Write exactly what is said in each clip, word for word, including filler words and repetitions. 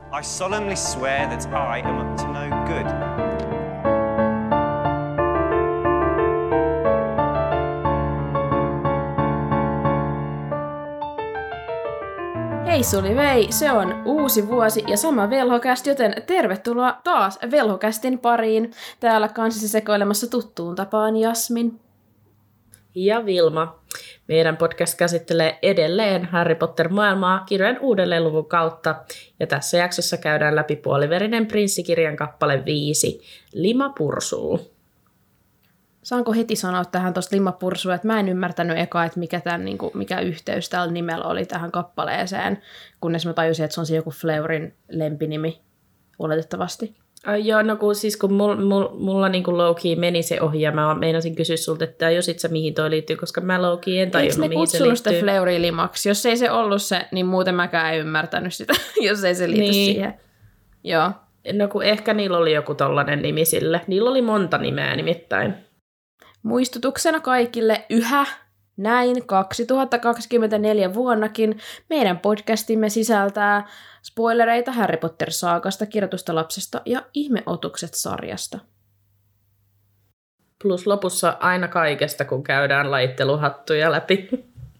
I solemnly swear that I am up to no good. Hei Suli vei, se on uusi vuosi ja sama Velhocast, joten tervetuloa taas Velhocastin pariin. Täällä kanssasi sekoilemassa tuttuun tapaan Jasmin. Ja Vilma. Meidän podcast käsittelee edelleen Harry Potter-maailmaa kirjojen uudelleen luvun kautta. Ja tässä jaksossa käydään läpi Puoliverinen prinssikirjan kappale viisi, Lima pursuu. Saanko heti sanoa tähän tuosta Lima pursuu, että mä en ymmärtänyt eka, että mikä, tämän, niin kuin, mikä yhteys tällä nimellä oli tähän kappaleeseen, kunnes mä tajusin, että se on se joku Fleurin lempinimi oletettavasti. Ai joo, no kun, siis kun mulla, mulla, mulla niin low-key meni se ohi ja mä meinasin kysyä sulta, että jos itse mihin toi liittyy, koska mä low-key en tajunnut, mihin se liittyy. Eikö ne kutsunut sitä Fleuria limaksi? Jos ei se ollut se, niin muuten mäkään en ymmärtänyt sitä, jos ei se liity niin siihen. Joo. No kun ehkä niillä oli joku tollainen nimi sille. Niillä oli monta nimeä nimittäin. Muistutuksena kaikille yhä näin kaksituhattakaksikymmentäneljä vuonnakin meidän podcastimme sisältää spoilereita Harry Potter-saakasta, Kirjoitusta lapsesta ja Ihmeotukset-sarjasta. Plus lopussa aina kaikesta, kun käydään laitteluhattuja läpi.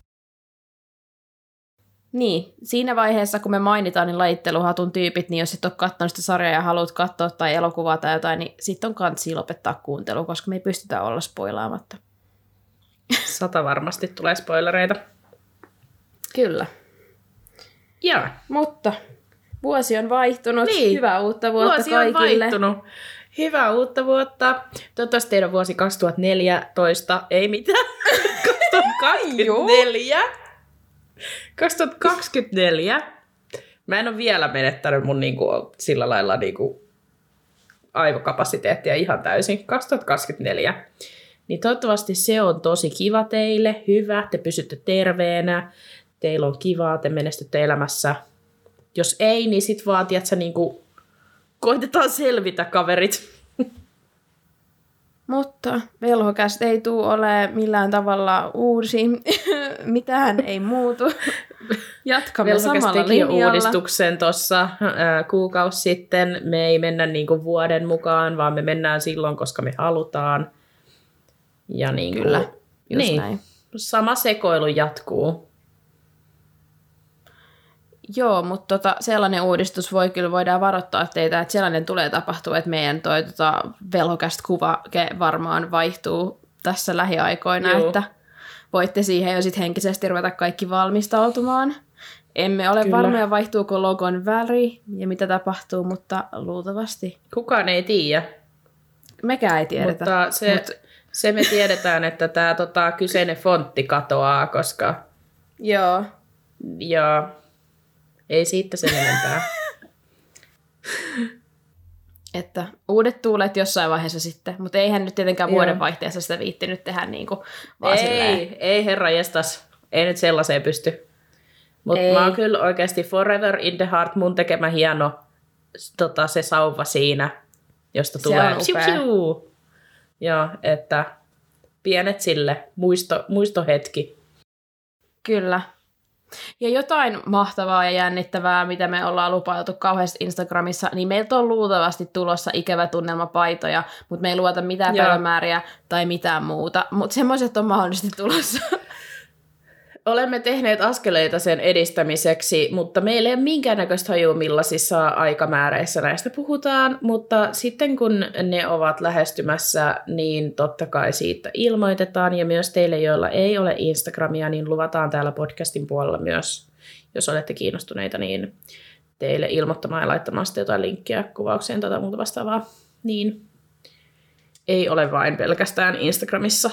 Niin, siinä vaiheessa, kun me mainitaan niin lajitteluhatun tyypit, niin jos et ole katsonut sitä sarjaa ja haluat katsoa tai elokuvaa tai jotain, niin sitten on kansi lopettaa kuuntelu, koska me ei pystytä olla spoilaamatta. Sata varmasti tulee spoilereita. Kyllä. Joo. Mutta vuosi on vaihtunut. Niin. Hyvää uutta vuotta vuosi kaikille. Vuosi on vaihtunut. Hyvää uutta vuotta. Toivottavasti teidän vuosi kaksituhattaneljätoista, ei mitään, kaksituhattakaksikymmentäneljä. kaksituhattakaksikymmentäneljä. Mä en ole vielä menettänyt mun niinku, sillä lailla niinku, aivokapasiteettia ihan täysin. kaksituhattakaksikymmentäneljä. Niin toivottavasti se on tosi kiva teille, hyvä, te pysytte terveenä, teillä on kivaa, te menestytte elämässä. Jos ei, niin sit vaan, tiiätsä, niinku, koitetaan selvitä, kaverit. Mutta Velhocast ei tule ole millään tavalla uusi. Mitään ei muutu. Jatkamme Velhocast samalla teki linjalla. uudistuksen tuossa äh, kuukausi sitten. Me ei mennä niinku vuoden mukaan, vaan me mennään silloin, koska me halutaan. Ja niinku, Kyllä, just niin, näin. sama sekoilu jatkuu. Joo, mutta tota, sellainen uudistus voi kyllä voidaan varoittaa teitä, että sellainen tulee tapahtua, että meidän toi tota, Velhocast-kuvake varmaan vaihtuu tässä lähiaikoina, Joo. että voitte siihen jo sitten henkisesti ruveta kaikki valmistautumaan. Emme ole Kyllä. varmoja, vaihtuuko logon väri ja mitä tapahtuu, mutta luultavasti. Kukaan ei tiedä. Mekään ei tiedetä. Mutta se, Mut... se me tiedetään, että tämä tota, kyseinen fontti katoaa, koska Joo. ja ei siitä sen enempää. Että uudet tuulet jossain vaiheessa sitten, mutta eihän nyt tietenkään Joo. vuodenvaihteessa sitä viittinyt tehdä niin kuin vaan ei, silleen. ei herra jestas. Ei nyt sellaiseen pysty. Mutta mä oon kyllä oikeasti Forever in the Heart mun tekemä hieno tota, se sauva siinä, josta Se tulee on upea. piu, piu. Joo, että pienet sille muisto, muistohetki. Kyllä. Ja jotain mahtavaa ja jännittävää, mitä me ollaan lupailtu kauheasti Instagramissa, niin meiltä on luultavasti tulossa ikävä tunnelmapaitoja, mutta me ei luota mitään Joo. päivämääriä tai mitään muuta, mutta semmoiset on mahdollisesti tulossa. Olemme tehneet askeleita sen edistämiseksi, mutta meillä ei ole minkäännäköistä hajua, millaisissa aikamääreissä näistä puhutaan, mutta sitten kun ne ovat lähestymässä, niin totta kai siitä ilmoitetaan, ja myös teille, joilla ei ole Instagramia, niin luvataan täällä podcastin puolella myös, jos olette kiinnostuneita, niin teille ilmoittamaan ja laittamaan sitten jotain linkkiä kuvaukseen tai muuta vastaavaa, niin ei ole vain pelkästään Instagramissa.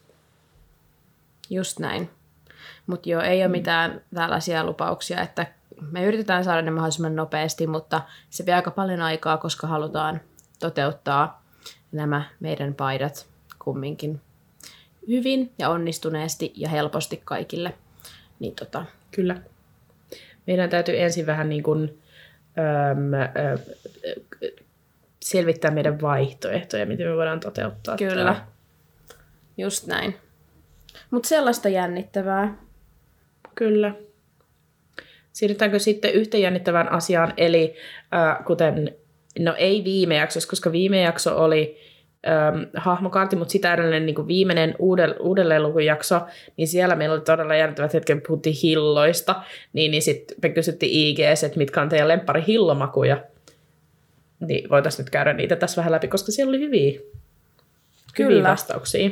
Just näin. Mutta joo, ei ole mitään tällaisia lupauksia, että me yritetään saada ne mahdollisimman nopeasti, mutta se vie aika paljon aikaa, koska halutaan toteuttaa nämä meidän paidat kumminkin hyvin ja onnistuneesti ja helposti kaikille. Niin tota. Kyllä. Meidän täytyy ensin vähän niin kuin, äm, ä, selvittää meidän vaihtoehtoja, miten me voidaan toteuttaa. Kyllä. Tämä. Just näin. Mutta sellaista jännittävää. Kyllä. Siirrytäänkö sitten yhteen jännittävään asiaan, eli äh, kuten, no ei viime jaksossa, koska viime jakso oli ähm, hahmokaarti, mutta sitä edellinen niin kuin viimeinen uudel, uudelleenlukujakso, niin siellä meillä oli todella jännittävät hetken, puhuttiin hilloista, niin, niin sitten me kysyttiin I G:ssä, että mitkä on teidän lemppari hillomakuja. Niin voitaisiin nyt käydä niitä tässä vähän läpi, koska siellä oli hyviä, hyviä vastauksia.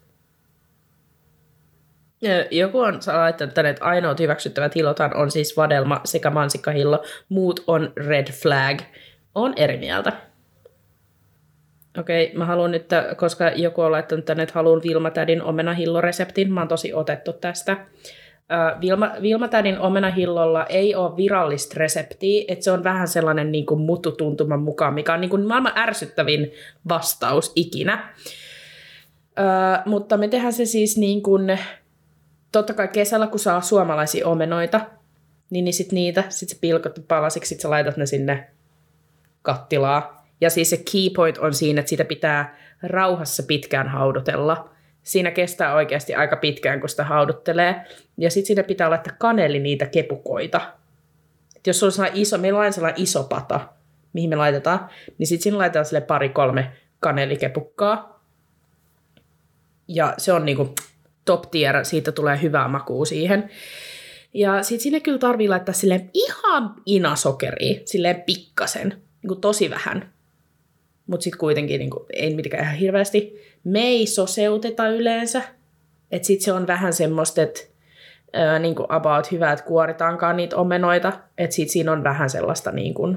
Joku on laittanut tänne, että ainoat hyväksyttävät hillothan on siis vadelma sekä mansikkahillo. Muut on red flag. On eri mieltä. Okei, mä haluan nyt, koska joku on laittanut tänne, että haluan Vilma-tädin omenahilloreseptin. Mä oon tosi otettu tästä. Vilma, Vilma-tädin omenahillolla ei ole virallista reseptiä, että se on vähän sellainen niin kuin muttutuntuman mukaan, mikä on niin kuin maailman ärsyttävin vastaus ikinä. Ö, mutta me tehdään se siis niin kuin, totta kai kesällä, kun saa suomalaisia omenoita, niin, niin sit niitä, sit sä pilkot palasiksi, sit sä laitat ne sinne kattilaan. Ja siis se key point on siinä, että sitä pitää rauhassa pitkään haudutella. Siinä kestää oikeasti aika pitkään, kun sitä hauduttelee. Ja sitten siinä pitää laittaa kaneli niitä kepukoita. Et jos sulla on iso, meillä on sellainen iso pata, mihin me laitetaan, niin sitten siinä laitetaan sille pari kolme kanelikepukkaa. Ja se on niinku top tier, siitä tulee hyvää makua siihen. Ja sitten sinne kyllä tarvii laittaa silleen ihan inasokeria, silleen pikkasen, niinku tosi vähän. Mutta sitten kuitenkin niinku, ei mitenkään ihan hirveästi. Me ei soseuteta yleensä. Että sitten se on vähän semmoista, että niinku about hyvä, että kuoritaankaan niitä omenoita. Että sitten siinä on vähän sellaista niinku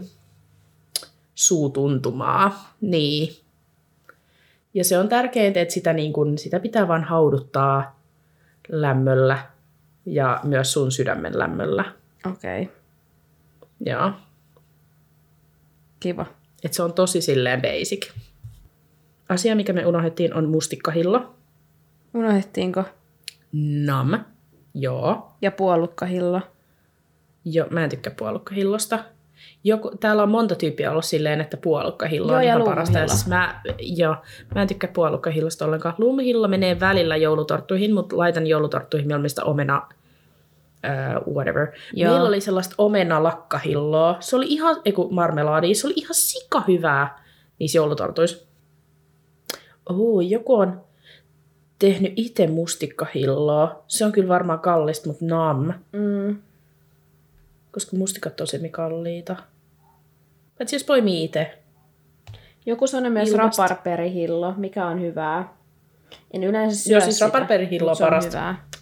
suutuntumaa. Niin. Ja se on tärkeintä, että sitä, niinku, sitä pitää vaan hauduttaa lämmöllä ja myös sun sydämen lämmöllä. Okei. Okay. Joo. Kiva. Että se on tosi silleen basic. Asia, mikä me unohdettiin, on mustikkahillo. Unohdettiinko? Nam. Joo. Ja puolukkahillo. Joo, mä en tykkää puolukkahillosta. Joku, täällä on monta tyyppiä ollut silleen, että puolukkahillo on joo, ihan parasta. Mä, joo, mä en tykkää puolukkahillosta ollenkaan. Luumuhillo menee välillä joulutorttuihin, mutta laitan joulutorttuihin mieluummin omena Uh, whatever. Joo. Meillä oli sellaista omena-lakkahilloa. Se oli ihan, eiku marmelaadia, se oli ihan sika hyvää niissä joulutortuissa. Oh, joku on tehnyt itse mustikkahilloa. Se on kyllä varmaan kallista, mutta nam. Mm. Koska mustikat on tosi kalliita. Paitsi jos poimii itse. Joku sanoi myös Ilmasta. raparperihillo, mikä on hyvää. En yleensä syö Joo, siis sitä, raparperihillo on se on parasta. hyvää.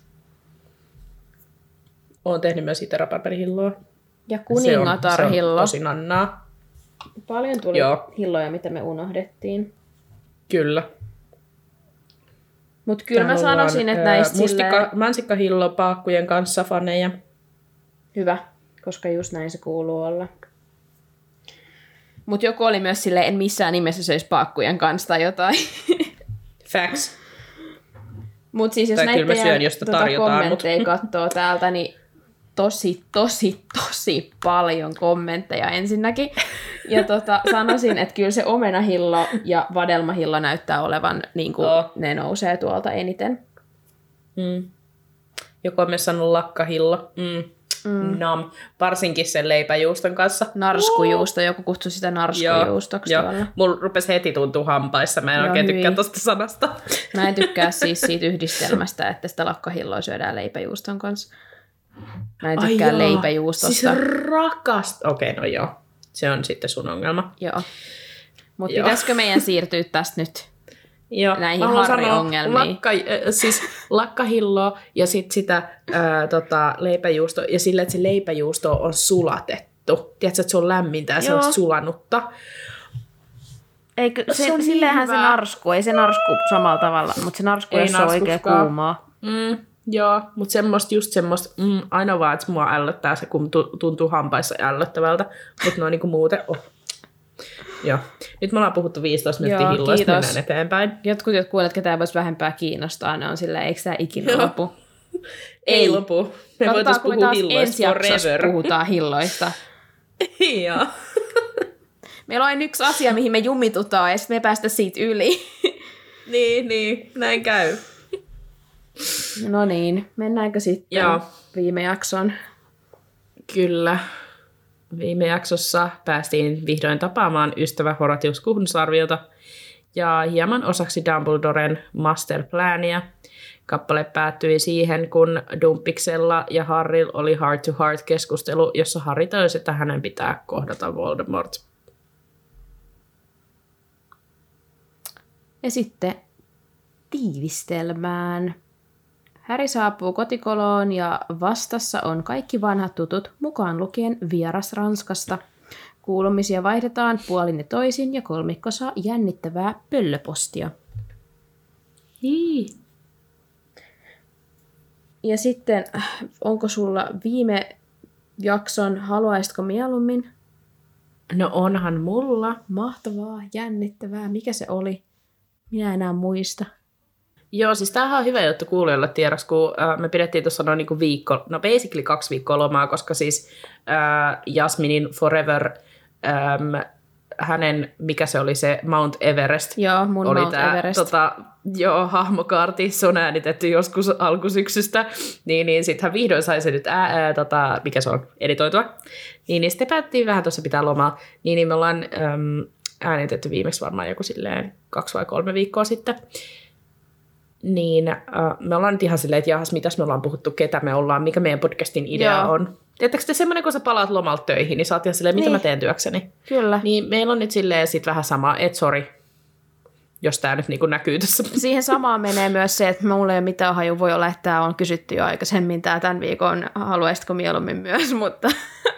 Olen tehnyt myös itse raparperihilloa. Ja kuningatarhillo. Se on tosi nannaa. Paljon tuli Joo. hilloja, mitä me unohdettiin. Kyllä. Mutta kyllä mä sanoisin, että näistä mustikka, silleen... mansikkahillo paakkujen kanssa faneja. Hyvä, koska just näin se kuuluu olla. Mutta joku oli myös silleen, en missään nimessä söisi paakkujen kanssa tai jotain. Facts. Mutta siis jos tai näitä syön, josta tuota kommentteja mut. katsoo täältä, niin tosi, tosi, tosi paljon kommentteja ensinnäkin. Ja tota, sanoisin, että kyllä se omenahillo ja vadelmahillo näyttää olevan, niin kuin oh. ne nousee tuolta eniten. Mm. Joku on myös sanonut lakkahillo. Mm. Mm. Nam. Varsinkin sen leipäjuuston kanssa. Narskujuusto, joku kutsui sitä narskujuustoksi joo, tuolla. joo. Mulla rupesi heti tuntua hampaissa. Mä en joo, oikein hyvin. tykkää tosta sanasta. Mä en tykkää siis siitä yhdistelmästä, että sitä lakkahilloa syödään leipäjuuston kanssa. Mä en tykkää Ai leipäjuustosta. Siis rakasta. Okei, okay, no joo. Se on sitten sun ongelma. Joo. Mutta pitäisikö meidän siirtyä tästä nyt joo. näihin harri-ongelmiin? Lakka, äh, siis lakkahilloa ja sitten sitä äh, tota, leipäjuustoa. Ja sillä, että se leipäjuusto on sulatettu. Tiedätkö, että se on lämmintä ja joo. se on sulanutta. Eikö, se, se silleenhän niin se narsku. Ei se narsku samalla tavalla, mutta se narsku, ei jos se on oikein kuumaa. Mm. Joo, mutta semmoista, just semmoista, mm, aina vaan, että mua ällöttää se, kun tuntuu hampaissa ällöttävältä, mutta noin niin kuin muuten, oh. Joo. Nyt me ollaan puhuttu viisitoista minuuttia hilloista, mennään eteenpäin. Jotkut, jotka kuulet, ketä ei voisi vähempää kiinnostaa, ne on silleen, eikö tämä ikinä Joo. lopu? Ei, ei lopu. Me voitaisiin puhua hilloista forever. Puhutaan hilloista. Joo. Meillä on yksi asia, mihin me jumitutaan, ja sitten me ei päästä siitä yli. niin, niin, näin käy. No niin, mennäänkö sitten Joo. viime jakson? Kyllä. Viime jaksossa päästiin vihdoin tapaamaan ystävä Horatius Kuhnsarviota ja hieman osaksi Dumbledoren masterplania. Kappale päättyi siihen, kun Dumpiksella ja Harrylla oli heart-to-heart-keskustelu, jossa Harry töysi, että hänen pitää kohdata Voldemort. Ja sitten tiivistelmään. Harry saapuu kotikoloon ja vastassa on kaikki vanhat tutut, mukaan lukien vieras Ranskasta. Kuulumisia vaihdetaan puolin ja toisin ja kolmikko saa jännittävää pöllöpostia. Hii. Ja sitten, onko sulla viime jakson Haluaisitko mieluummin? No onhan mulla. Mahtavaa, jännittävää. Mikä se oli? Minä enää muista. Joo, siis tämähän on hyvä juttu kuulijoille tiedoksi, kun äh, me pidettiin tuossa noin niin viikko, no basically kaksi viikkoa lomaa, koska siis äh, Jasminin Forever, ähm, hänen, mikä se oli se Mount Everest, Joo, mun oli Mount tää, Everest. Tota, joo, hahmokaarti, se on äänitetty joskus alkusyksystä, niin, niin sitten hän vihdoin sai se nyt, ää, ää, tota, mikä se on, editoitua. Niin, niin sitten päättiin vähän tuossa pitää lomaa, niin, niin me ollaan äm, äänitetty viimeksi varmaan joku silleen kaksi vai kolme viikkoa sitten. Niin äh, me ollaan nyt ihan silleen, että jahas, mitäs me ollaan puhuttu, ketä me ollaan, mikä meidän podcastin idea Joo. on. Tiedättekö te semmoinen, kun sä palaat lomalta töihin, niin sä oot ihan silleen, mitä Niin. mä teen työkseni. Kyllä. Niin meillä on nyt silleen sit vähän sama, että sori, jos tää nyt niinku näkyy tässä. Siihen samaan menee myös se, että mulla ei ole mitään haju. Voi olla, että tämä on kysytty jo aikaisemmin tää tämän viikon Haluaisitko mieluummin myös, mutta...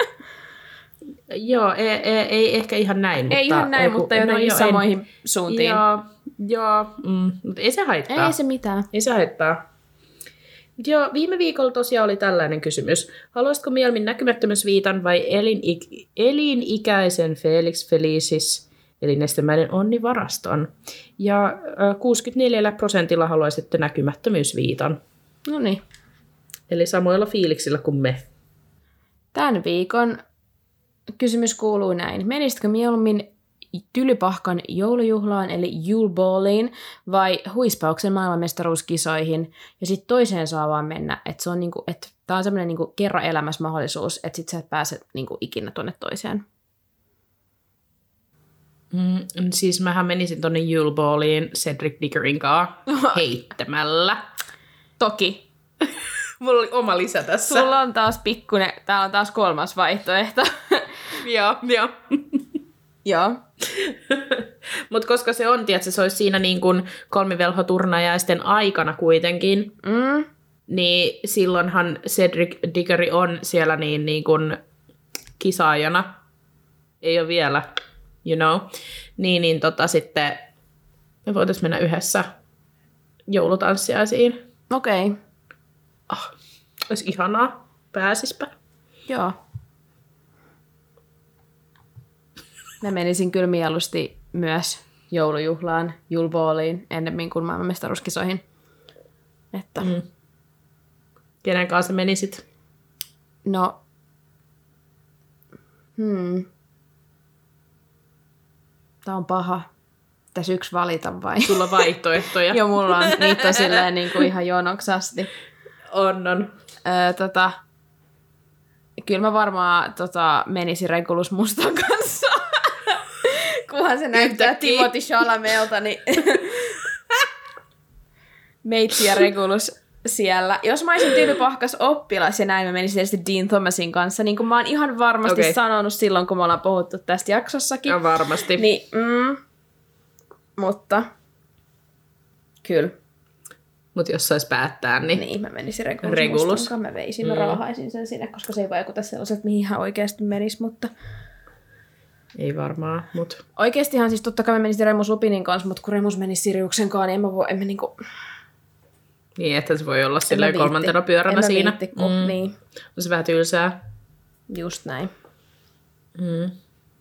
Joo, ei, ei, ei ehkä ihan näin. Ei mutta, ihan näin, ei, kun- mutta no jotenkin joo, samoihin en, suuntiin. Joo, joo mm, mutta ei se haittaa. Ei se mitään. Ei se haittaa. Joo, viime viikolla tosiaan oli tällainen kysymys. Haluaisitko mieluummin näkymättömyysviitan vai elinik- elinikäisen Felix Felicis, eli nestemäinen onnivaraston? Ja äh, kuusikymmentäneljä prosentilla haluaisitte näkymättömyysviitan. No niin. Eli samoilla fiiliksillä kuin me. Tämän viikon kysymys kuuluu näin. Menisitkö mieluummin Tylypahkan joulujuhlaan, eli Yule Balliin, vai huispauksen maailmanmestaruuskisoihin, ja sitten toiseen saa vaan mennä. Että se on niinku, että tää on semmoinen niinku kerran elämässä mahdollisuus, että sit sä et pääse niinku ikinä tonne toiseen. Mm, siis mähän menisin tonne Yule Balliin Cedric Diggorin kanssa heittämällä. Toki. Mulla oli oma lisä tässä. Sulla on taas pikkunen, tää on taas kolmas vaihtoehto. Joo, joo. Joo. Mutta koska se on, tiedätkö, se olisi siinä niin kuin kolmivelhoturnajaisten aikana kuitenkin, Mm. niin silloinhan Cedric Diggory on siellä niin, niin kuin kisaajana. Ei ole vielä, you know. Niin, niin tota sitten me voitaisiin mennä yhdessä joulutanssiaisiin. Okei. Okay. Ah, olisi ihanaa. Pääsispä. Joo. Mä menisin kyllä mieluusti myös joulujuhlaan, Yule Balliin, ennemmin kuin maailmanmestaruuskisoihin. Että. Mm. Kenen kanssa menisit? No. Hmm. Tää on paha. Tässä yksi valita vai? Sulla on vaihtoehtoja. Joo, mulla on niitä silleen niin kuin ihan jonoksasti. On, on. Öö, tota, kyllä mä varmaan tota, menisin Regulus Mustan kanssa. Kunhan se näyttää Yhtäkkiä. Timothy Chalamelta, niin Meitsi ja Regulus siellä. Jos mä olisin Tylypahkas oppilas ja näin, mä menisin tietysti Dean Thomasin kanssa, niin kuin mä oon ihan varmasti Okei. sanonut silloin, kun me ollaan puhuttu tästä jaksossakin. Ja varmasti. Niin, mm, mutta kyllä. Mutta jos sais päättää, niin... Niin, mä menisin Regulus, Regulus. Mustan kanssa. Mä veisin, mä Mm. raahaisin sen sinne, koska se ei vaikuta sellaiselta, mihin hän oikeasti menisi, mutta... Ei varmaan, mut... Oikeastihan siis totta kai mä menisin Remus Lupinin kanssa, mutta kun Remus menisi Siriuksen kanssa, niin en mä voi, en mä niinku... Niin, että se voi olla en mä silleen viitti. kolmantena pyöränä en mä siinä. Viitti, kun, mm. Niin, On se vähän tylsää. just näin. Mm.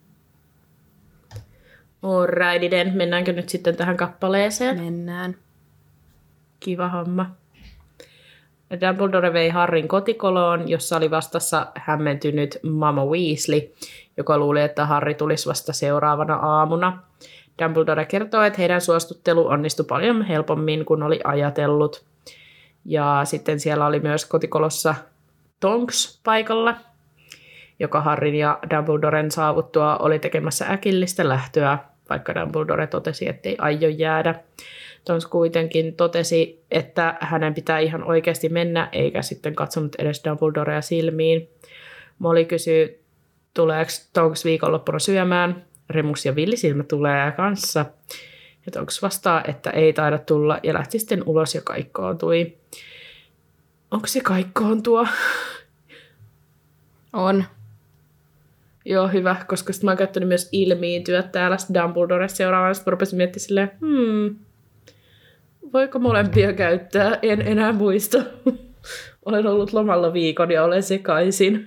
Alrighty, mennäänkö nyt sitten tähän kappaleeseen? Mennään. Kiva homma. Dumbledore vei Harryn kotikoloon, jossa oli vastassa hämmentynyt Mama Weasley, joka luuli, että Harry tulisi vasta seuraavana aamuna. Dumbledore kertoo, että heidän suostuttelu onnistui paljon helpommin kuin oli ajatellut. Ja sitten siellä oli myös kotikolossa Tonks paikalla. joka Harryn ja Dumbledoren saavuttua oli tekemässä äkillistä lähtöä, vaikka Dumbledore totesi, ettei aio jäädä. Tonks kuitenkin totesi, että hänen pitää ihan oikeasti mennä, eikä sitten katsonut edes Dumbledorea silmiin. Molly kysyy, tuleeko Tonks viikonloppuna syömään. Remus ja Villisilmä tulee kanssa. Ja Tonks vastaa, että ei taida tulla, ja lähti sitten ulos ja kaikkoontui. Onko se kaikkoontua? On. Joo, hyvä, koska sitten mä oon käyttänyt myös ilmiintyä täällä Dumbledore seuraavaan. Sitten mä rupesin miettimään silleen, hmm, voiko molempia käyttää? En enää muista. Olen ollut lomalla viikon ja olen sekaisin.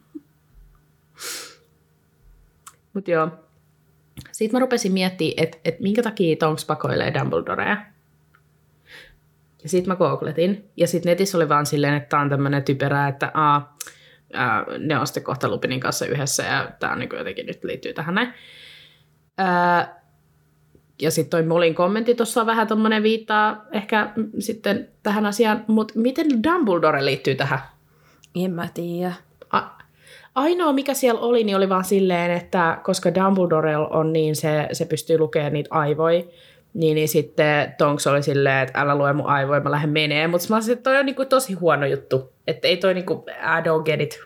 Mut joo. Sitten mä rupesin miettimään, että et minkä takia Tonks pakoilee Dumbledorea. Ja sitten mä googletin. Ja sitten netissä oli vaan silleen, että tää on tämmönen typerää, että aa, ää, ne on sitten kohta Lupinin kanssa yhdessä ja tää on niin jotenkin nyt liittyy tähän näin. Ää, ja sitten toi Mollyn kommentti tuossa on vähän tommonen viittaa ehkä sitten tähän asiaan. Mutta miten Dumbledore liittyy tähän? En mä tiedä. A- Ainoa, mikä siellä oli, niin oli vaan silleen, että koska Dumbledore on niin, se, se pystyy lukemaan niitä aivoja, niin, niin sitten Tonks oli silleen, että älä lue mun aivoja, mä lähden menee. Mutta mä olisin, että toi on niinku tosi huono juttu. Että ei toi niinku, I don't get it.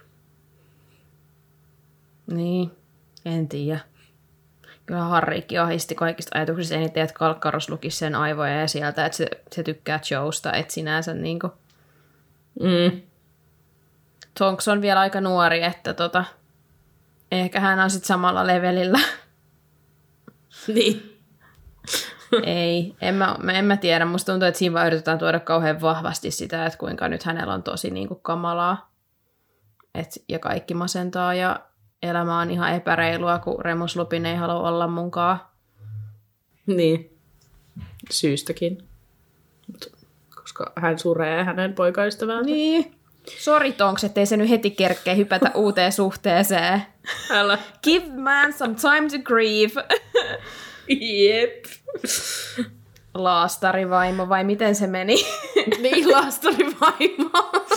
Niin, en tiedä. Kyllä Harrykin ahisti kaikista ajatuksista eniten, että Kalkkaros lukisi sen aivoja ja sieltä, että se, se tykkää Joesta, että sinänsä niinku... Mm. Tonks on vielä aika nuori, että tota, ehkä hän on sitten samalla levelillä. Niin. Ei, en mä, en mä tiedä. Musta tuntuu, että siinä vaan yritetään tuoda kauhean vahvasti sitä, että kuinka nyt hänellä on tosi niin kuin kamalaa. Et, ja kaikki masentaa ja elämä on ihan epäreilua, kun Remus Lupin ei halua olla munkaan. Niin. Syystäkin. Koska hän suree hänen poikaystäväänsä. Niin. Sori Tonks, ettei se nyt heti kerkeä hypätä uuteen suhteeseen. Älä. Give man some time to grieve. Jep. Laastarivaimo, vai miten se meni? Niin, laastarivaimo.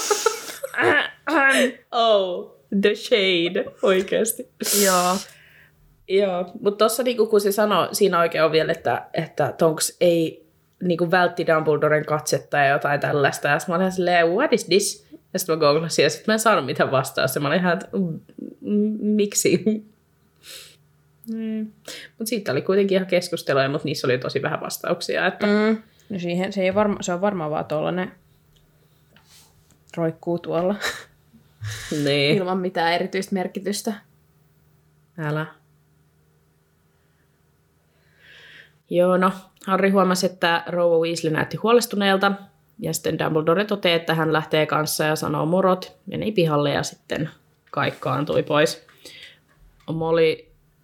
Oh, the shade, oikeasti. Joo. Joo, mutta tuossa niinku, kun se sanoi, siinä oikein on vielä, että, että Tonks ei niinku, vältti Dumbledoren katsetta ja jotain tällaista. Ja mä olin silleen, what is this? Ja sitten mä googlasin ja sitten mä en saanut mitään vastausta. Mä olin ihan, että miksi? Mm. Mutta siitä oli kuitenkin ihan keskustelua, mutta niissä oli tosi vähän vastauksia. Että... Mm. No siihen, se, ei varma, se on varmaan vaan tuollainen roikkuu tuolla niin. ilman mitään erityistä merkitystä. Älä. Joo, no Harry huomasi, että rouva Weasley näytti huolestuneelta. Ja sitten Dumbledore toteaa, että hän lähtee kanssa ja sanoo morot. Meni pihalle ja sitten kaikkaantui pois. Molly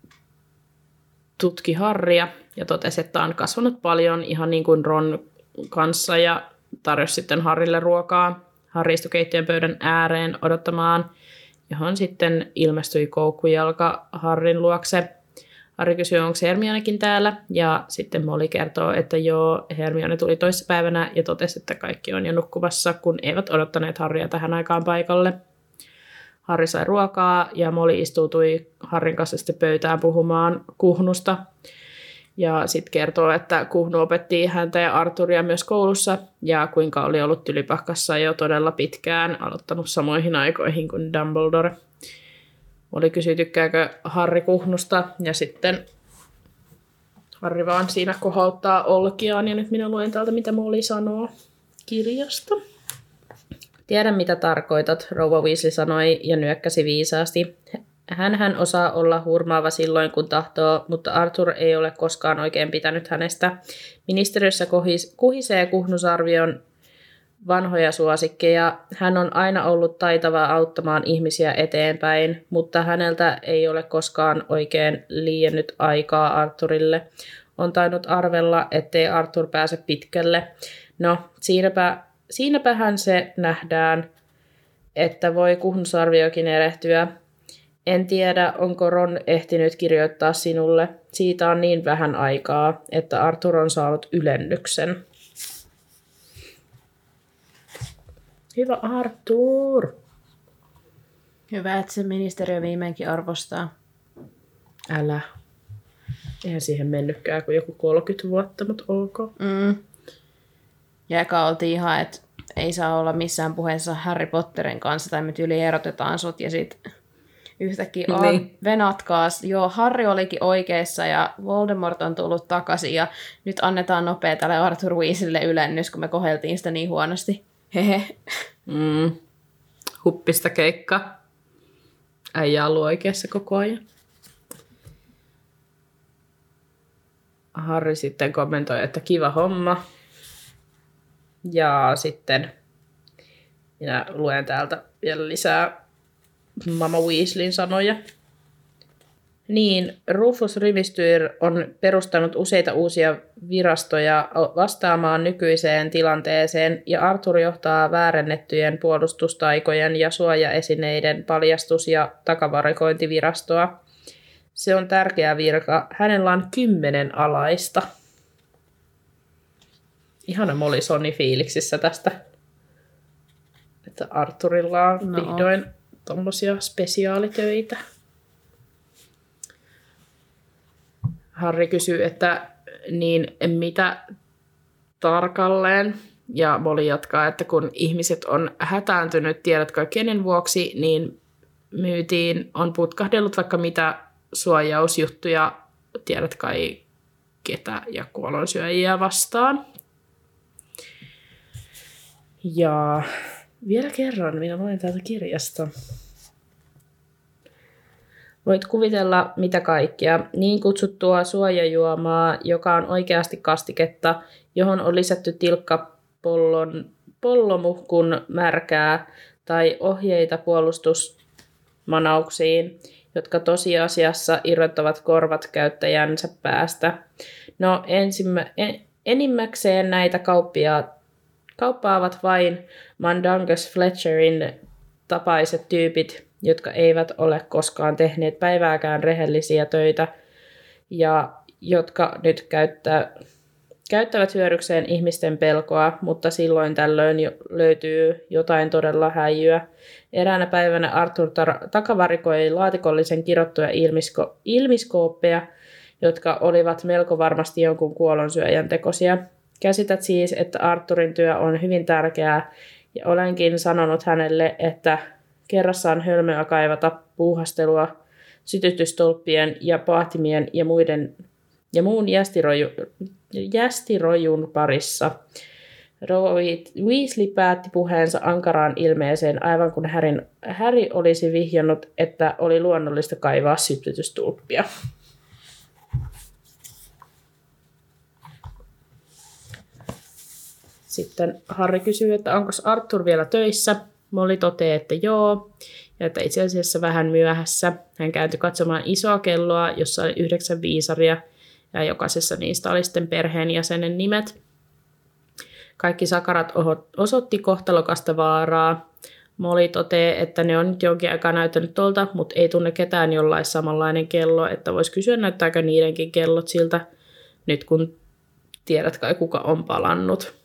tutki Harrya ja totesi, että on kasvanut paljon ihan niin kuin Ron kanssa ja tarjosi sitten Harrylle ruokaa. Harry istui keittiön pöydän ääreen odottamaan, johon sitten ilmestyi koukkujalka Harryn luokse. Harry kysyi, onko Hermionekin täällä, ja sitten Molly kertoo, että joo, Hermione tuli toissapäivänä ja totesi, että kaikki on jo nukkuvassa, kun eivät odottaneet Harrya tähän aikaan paikalle. Harry sai ruokaa ja Molly istuutui Harryn kanssa sitten pöytään puhumaan Kuhnusta. Ja sitten kertoo, että Kuhnu opetti häntä ja Arthuria myös koulussa ja kuinka oli ollut Tylypahkassa jo todella pitkään, aloittanut samoihin aikoihin kuin Dumbledore. Molly kysyi, tykkääkö Harry Kuhnusta ja sitten Harry vaan siinä kohauttaa olkiaan ja nyt minä luen täältä, mitä Molly sanoo kirjasta. Tiedän, mitä tarkoitat, rouva Weasley sanoi ja nyökkäsi viisaasti. Hänhän osaa olla hurmaava silloin, kun tahtoo, mutta Arthur ei ole koskaan oikein pitänyt hänestä. Ministeriössä kohis, kuhisee Kuhnusarvion vanhoja suosikkeja. Hän on aina ollut taitava auttamaan ihmisiä eteenpäin, mutta häneltä ei ole koskaan oikein liiennyt aikaa Arthurille. On tainnut arvella, ettei Arthur pääse pitkälle. No, siinäpä, siinäpähän se nähdään, että voi Kuhnusarviokin erehtyä. En tiedä, onko Ron ehtinyt kirjoittaa sinulle. Siitä on niin vähän aikaa, että Arthur on saanut ylennyksen. Hyvä Arthur. Hyvä, että se ministeriö viimeinkin arvostaa. Älä. Eihän siihen mennytkään kuin joku kolmekymmentä vuotta, mutta ok. Mm. Ja eka oltiin ihan, että ei saa olla missään puheessa Harry Potterin kanssa, tai me tyyli erotetaan sut, ja sit yhtäkkiä No niin. niin. venatkaas. Joo, Harry olikin oikeassa, ja Voldemort on tullut takaisin, ja nyt annetaan nopea tälle Arthur Weasleylle ylennys, kun me koheltiin sitä niin huonosti. Hehe. Mm. Huppista keikka. Äijä ollut oikeassa koko ajan. Harry sitten kommentoi, että kiva homma. Ja sitten minä luen täältä vielä lisää Mama Weasleyn sanoja. Niin, Rufus Rivistyr on perustanut useita uusia virastoja vastaamaan nykyiseen tilanteeseen, ja Arthur johtaa väärennettyjen puolustustaikojen ja suojaesineiden paljastus- ja takavarikointivirastoa. Se on tärkeä virka. Hänellä on kymmenen alaista. Ihana Molly Sonni fiiliksissä tästä, että Arthurilla on No. vihdoin tommosia spesiaalitöitä. Harry kysyy, että niin mitä tarkalleen, ja Molly jatkaa, että kun ihmiset on hätääntynyt, tiedätkö kenen vuoksi, niin myytiin, on putkahdellut vaikka mitä suojausjuttuja, tiedät kai ketä ja kuolonsyöjiä vastaan. Ja vielä kerran, minä luen täältä kirjasta. Voit kuvitella mitä kaikkea. Niin kutsuttua suojajuomaa, joka on oikeasti kastiketta, johon on lisätty tilkka pollon, pollomuhkun märkää tai ohjeita puolustusmanauksiin, jotka tosiasiassa irrottavat korvat käyttäjänsä päästä. No ensimmä, en, enimmäkseen näitä kauppia, kauppaavat vain Mandangus Fletcherin tapaiset tyypit, jotka eivät ole koskaan tehneet päivääkään rehellisiä töitä ja jotka nyt käyttää, käyttävät hyödykseen ihmisten pelkoa, mutta silloin tällöin jo löytyy jotain todella häijyä. Eräänä päivänä Arthur tar- takavarikoi laatikollisen kirottuja ilmisko- ilmiskooppeja, jotka olivat melko varmasti jonkun kuolonsyöjän tekosia. Käsität siis, että Arthurin työ on hyvin tärkeää, ja olenkin sanonut hänelle, että kerrassaan hölmöä kaivata puuhastelua sytytystolppien ja paahtimien ja, muiden, ja muun jästiroju, jästirojun parissa. Rouva Weasley päätti puheensa ankaraan ilmeeseen, aivan kun Harryn, Harry olisi vihjannut, että oli luonnollista kaivaa sytytystulppia. Sitten Harry kysyy, että onko Arthur vielä töissä. Molly toteaa, että joo, ja että itse asiassa vähän myöhässä. Hän kääntyi katsomaan isoa kelloa, jossa oli yhdeksän viisaria, ja jokaisessa niistä oli sitten perheenjäsenen nimet. Kaikki sakarat osoitti kohtalokasta vaaraa. Molly toteaa, että ne on nyt jonkin aikaa näyttänyt tuolta, mutta ei tunne ketään jollain samanlainen kello, että voisi kysyä, näyttääkö niidenkin kellot siltä, nyt kun tiedät kai kuka on palannut.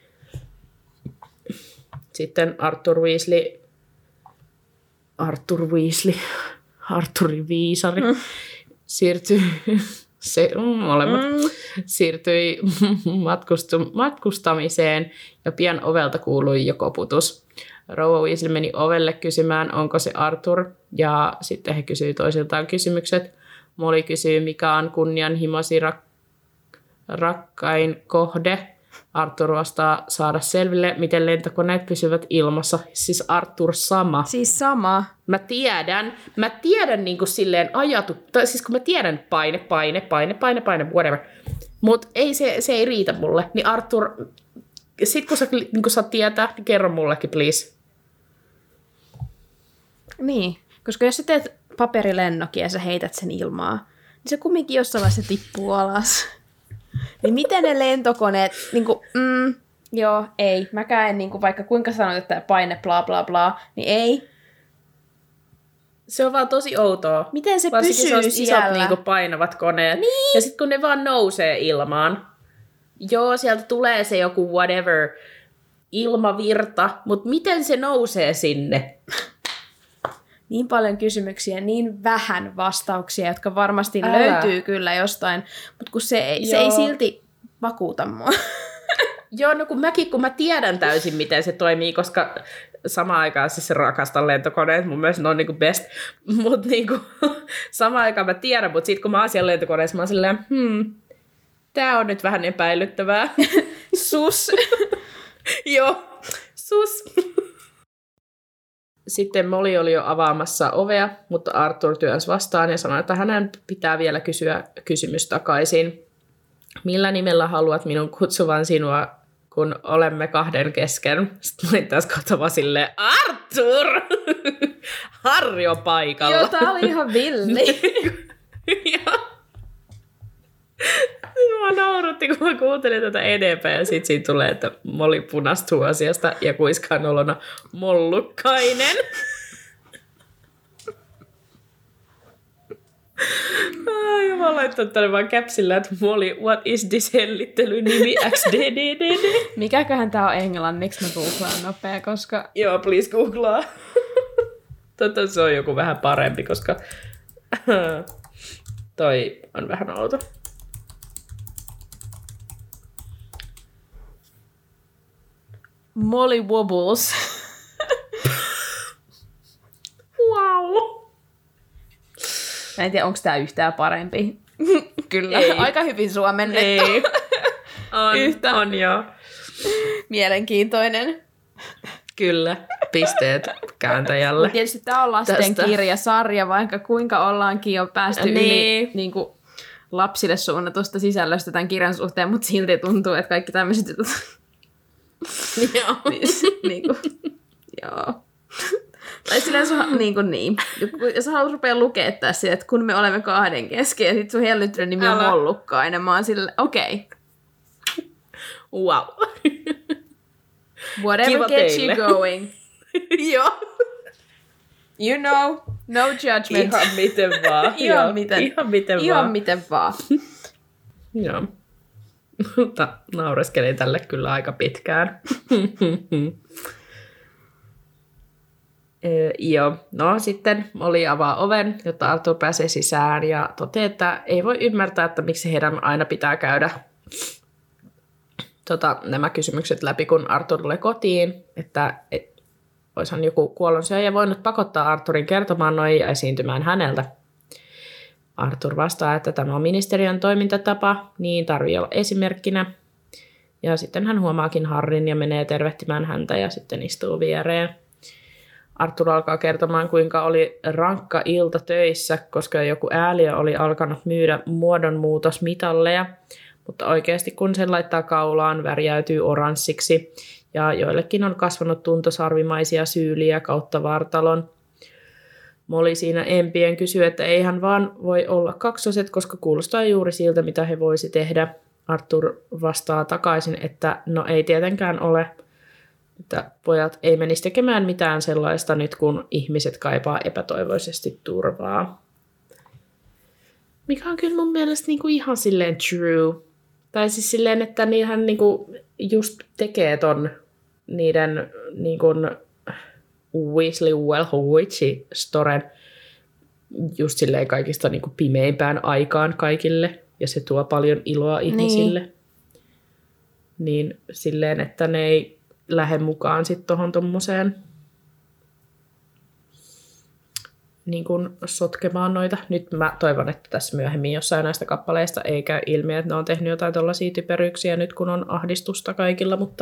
Sitten Arthur Weasley, Arthur Weasley, Arthurin viisari, mm. siirtyi, se, molemmat, mm. siirtyi matkustu, matkustamiseen ja pian ovelta kuului jo koputus. Rouva Weasley meni ovelle kysymään, onko se Arthur, ja sitten he kysyivät toisiltaan kysymykset. Molly kysyy, mikä on kunnianhimoisi rak- rakkain kohde. Arthur vastaa saada selville, miten lentokoneet pysyvät ilmassa. Siis Arthur sama. Siis sama. Mä tiedän, mä tiedän niin kuin silleen ajatu, tai siis kun mä tiedän paine, paine, paine, paine, paine, whatever. Mut ei se, se ei riitä mulle. Niin Arthur, sit kun sä, niin kun sä tietää, niin kerro mullekin, please. Niin, koska jos sä teet paperilennokin ja sä heität sen ilmaa, niin se kumminkin jossain vaiheessa tippuu alas. Niin miten ne lentokoneet, niin kuin, mm, joo, ei. Mäkään en, niin kuin, vaikka kuinka sanot, että paine bla bla bla, niin ei. Se on vaan tosi outoa. Miten se varsinkin pysyy isot siellä? niin kuin painavat koneet. Niin. Ja sitten kun ne vaan nousee ilmaan. Joo, sieltä tulee se joku whatever ilmavirta, mutta miten se nousee sinne? niin paljon kysymyksiä, niin vähän vastauksia, jotka varmasti Älä. löytyy kyllä jostain, mutta kun se ei, se ei silti vakuuta mua. Joo, no kun mäkin, kun mä tiedän täysin, miten se toimii, koska samaan aikaan siis rakastan lentokoneet, mun mielestä ne on niinku best, mutta niinku, samaan aikaan mä tiedän, mutta sitten kun mä oon siellä lentokoneessa, mä oon silleen, hmm, tää on nyt vähän epäilyttävää. Sus. Joo, sus. Sitten Molly oli jo avaamassa ovea, mutta Arthur työnsi vastaan ja sanoi, että hänen pitää vielä kysyä kysymys takaisin. Millä nimellä haluat minun kutsuvan sinua, kun olemme kahden kesken? Sitten mä olin tässä kohta silleen, Arthur! Harri on paikalla. Joo, tää oli ihan villi. Joo. Mä nauratti, kun mä kuuntelin tätä enempää ja sit siinä tulee, että Molly punastuu asiasta ja kuiskaan olona mollukkainen. Ai, mä oon laittanut tänne vaan käpsillä, että Molly, what is this hellittelynimi X D D D D? Mikäköhän tää on englanniksi? Mä googlaan nopea, koska... Joo, please googlaa. Totta se on joku vähän parempi, koska toi on vähän outo. Molly Wobbles. Wow. Mä en tiedä, onko tää yhtään parempi. Kyllä, Ei. aika hyvin suomennettu. Ei. On, Yhtä. on joo. Mielenkiintoinen. Kyllä, pisteet kääntäjälle. Tietysti tää on lastenkirjasarja, vaikka kuinka ollaankin jo päästy Niin. yli niin kuin lapsille suunnatusta sisällöstä tämän kirjan suhteen, mutta silti tuntuu, että kaikki tämmöiset jutut... Joo. niin kuin, joo. Tai silleen sun, niin kuin niin. Jos sä haluat rupea lukea tässä, että kun me olemme kahden kesken ja sit sun hellyttyinen nimi on Älä. Mollukkainen, mä oon silleen, okei. Okay. Wow. Whatever Kiva gets teille. you going. Joo. You know, no judgment. Ihan miten vaan. Ihan Joo, miten. Ihan miten Ihan vaan. miten vaan. Joo. Mutta naureskelin tälle kyllä aika pitkään. Öö, joo, no sitten Molly avaa oven, jotta Arthur pääsee sisään ja toteaa, että ei voi ymmärtää, että miksi heidän aina pitää käydä tota, nämä kysymykset läpi, kun Arthur tulee kotiin, että et, olisihan joku kuollonsyöjä voinut pakottaa Arthurin kertomaan noin ja esiintymään häneltä. Arthur vastaa, että tämä on ministeriön toimintatapa, niin tarvii olla esimerkkinä. Ja sitten hän huomaakin Harrin ja menee tervehtimään häntä ja sitten istuu viereen. Arthur alkaa kertomaan, kuinka oli rankka ilta töissä, koska joku ääliö oli alkanut myydä muodonmuutosmitalleja, mutta oikeasti kun sen laittaa kaulaan, värjäytyy oranssiksi ja joillekin on kasvanut tuntosarvimaisia syyliä kautta vartalon. Molly siinä empien kysyy, että eihän vaan voi olla kaksoset, koska kuulostaa juuri siltä, mitä he voisi tehdä. Arthur vastaa takaisin, että no ei tietenkään ole, että pojat ei menisi tekemään mitään sellaista nyt, kun ihmiset kaipaa epätoivoisesti turvaa. Mikä on kyllä mun mielestä niinku ihan silleen true. Tai siis silleen, että niinhän niinku just tekee ton niiden niinku Weasley Wellhowitch-storen just silleen kaikista niinku pimeimpään aikaan kaikille. Ja se tuo paljon iloa ihmisille. Niin, niin silleen, että ne ei lähde mukaan sitten tuohon tommoseen niin kuin sotkemaan noita. Nyt mä toivon, että tässä myöhemmin jossain näistä kappaleista ei käy ilmi, että ne on tehnyt jotain tollaisia typeryyksiä nyt, kun on ahdistusta kaikilla, mutta...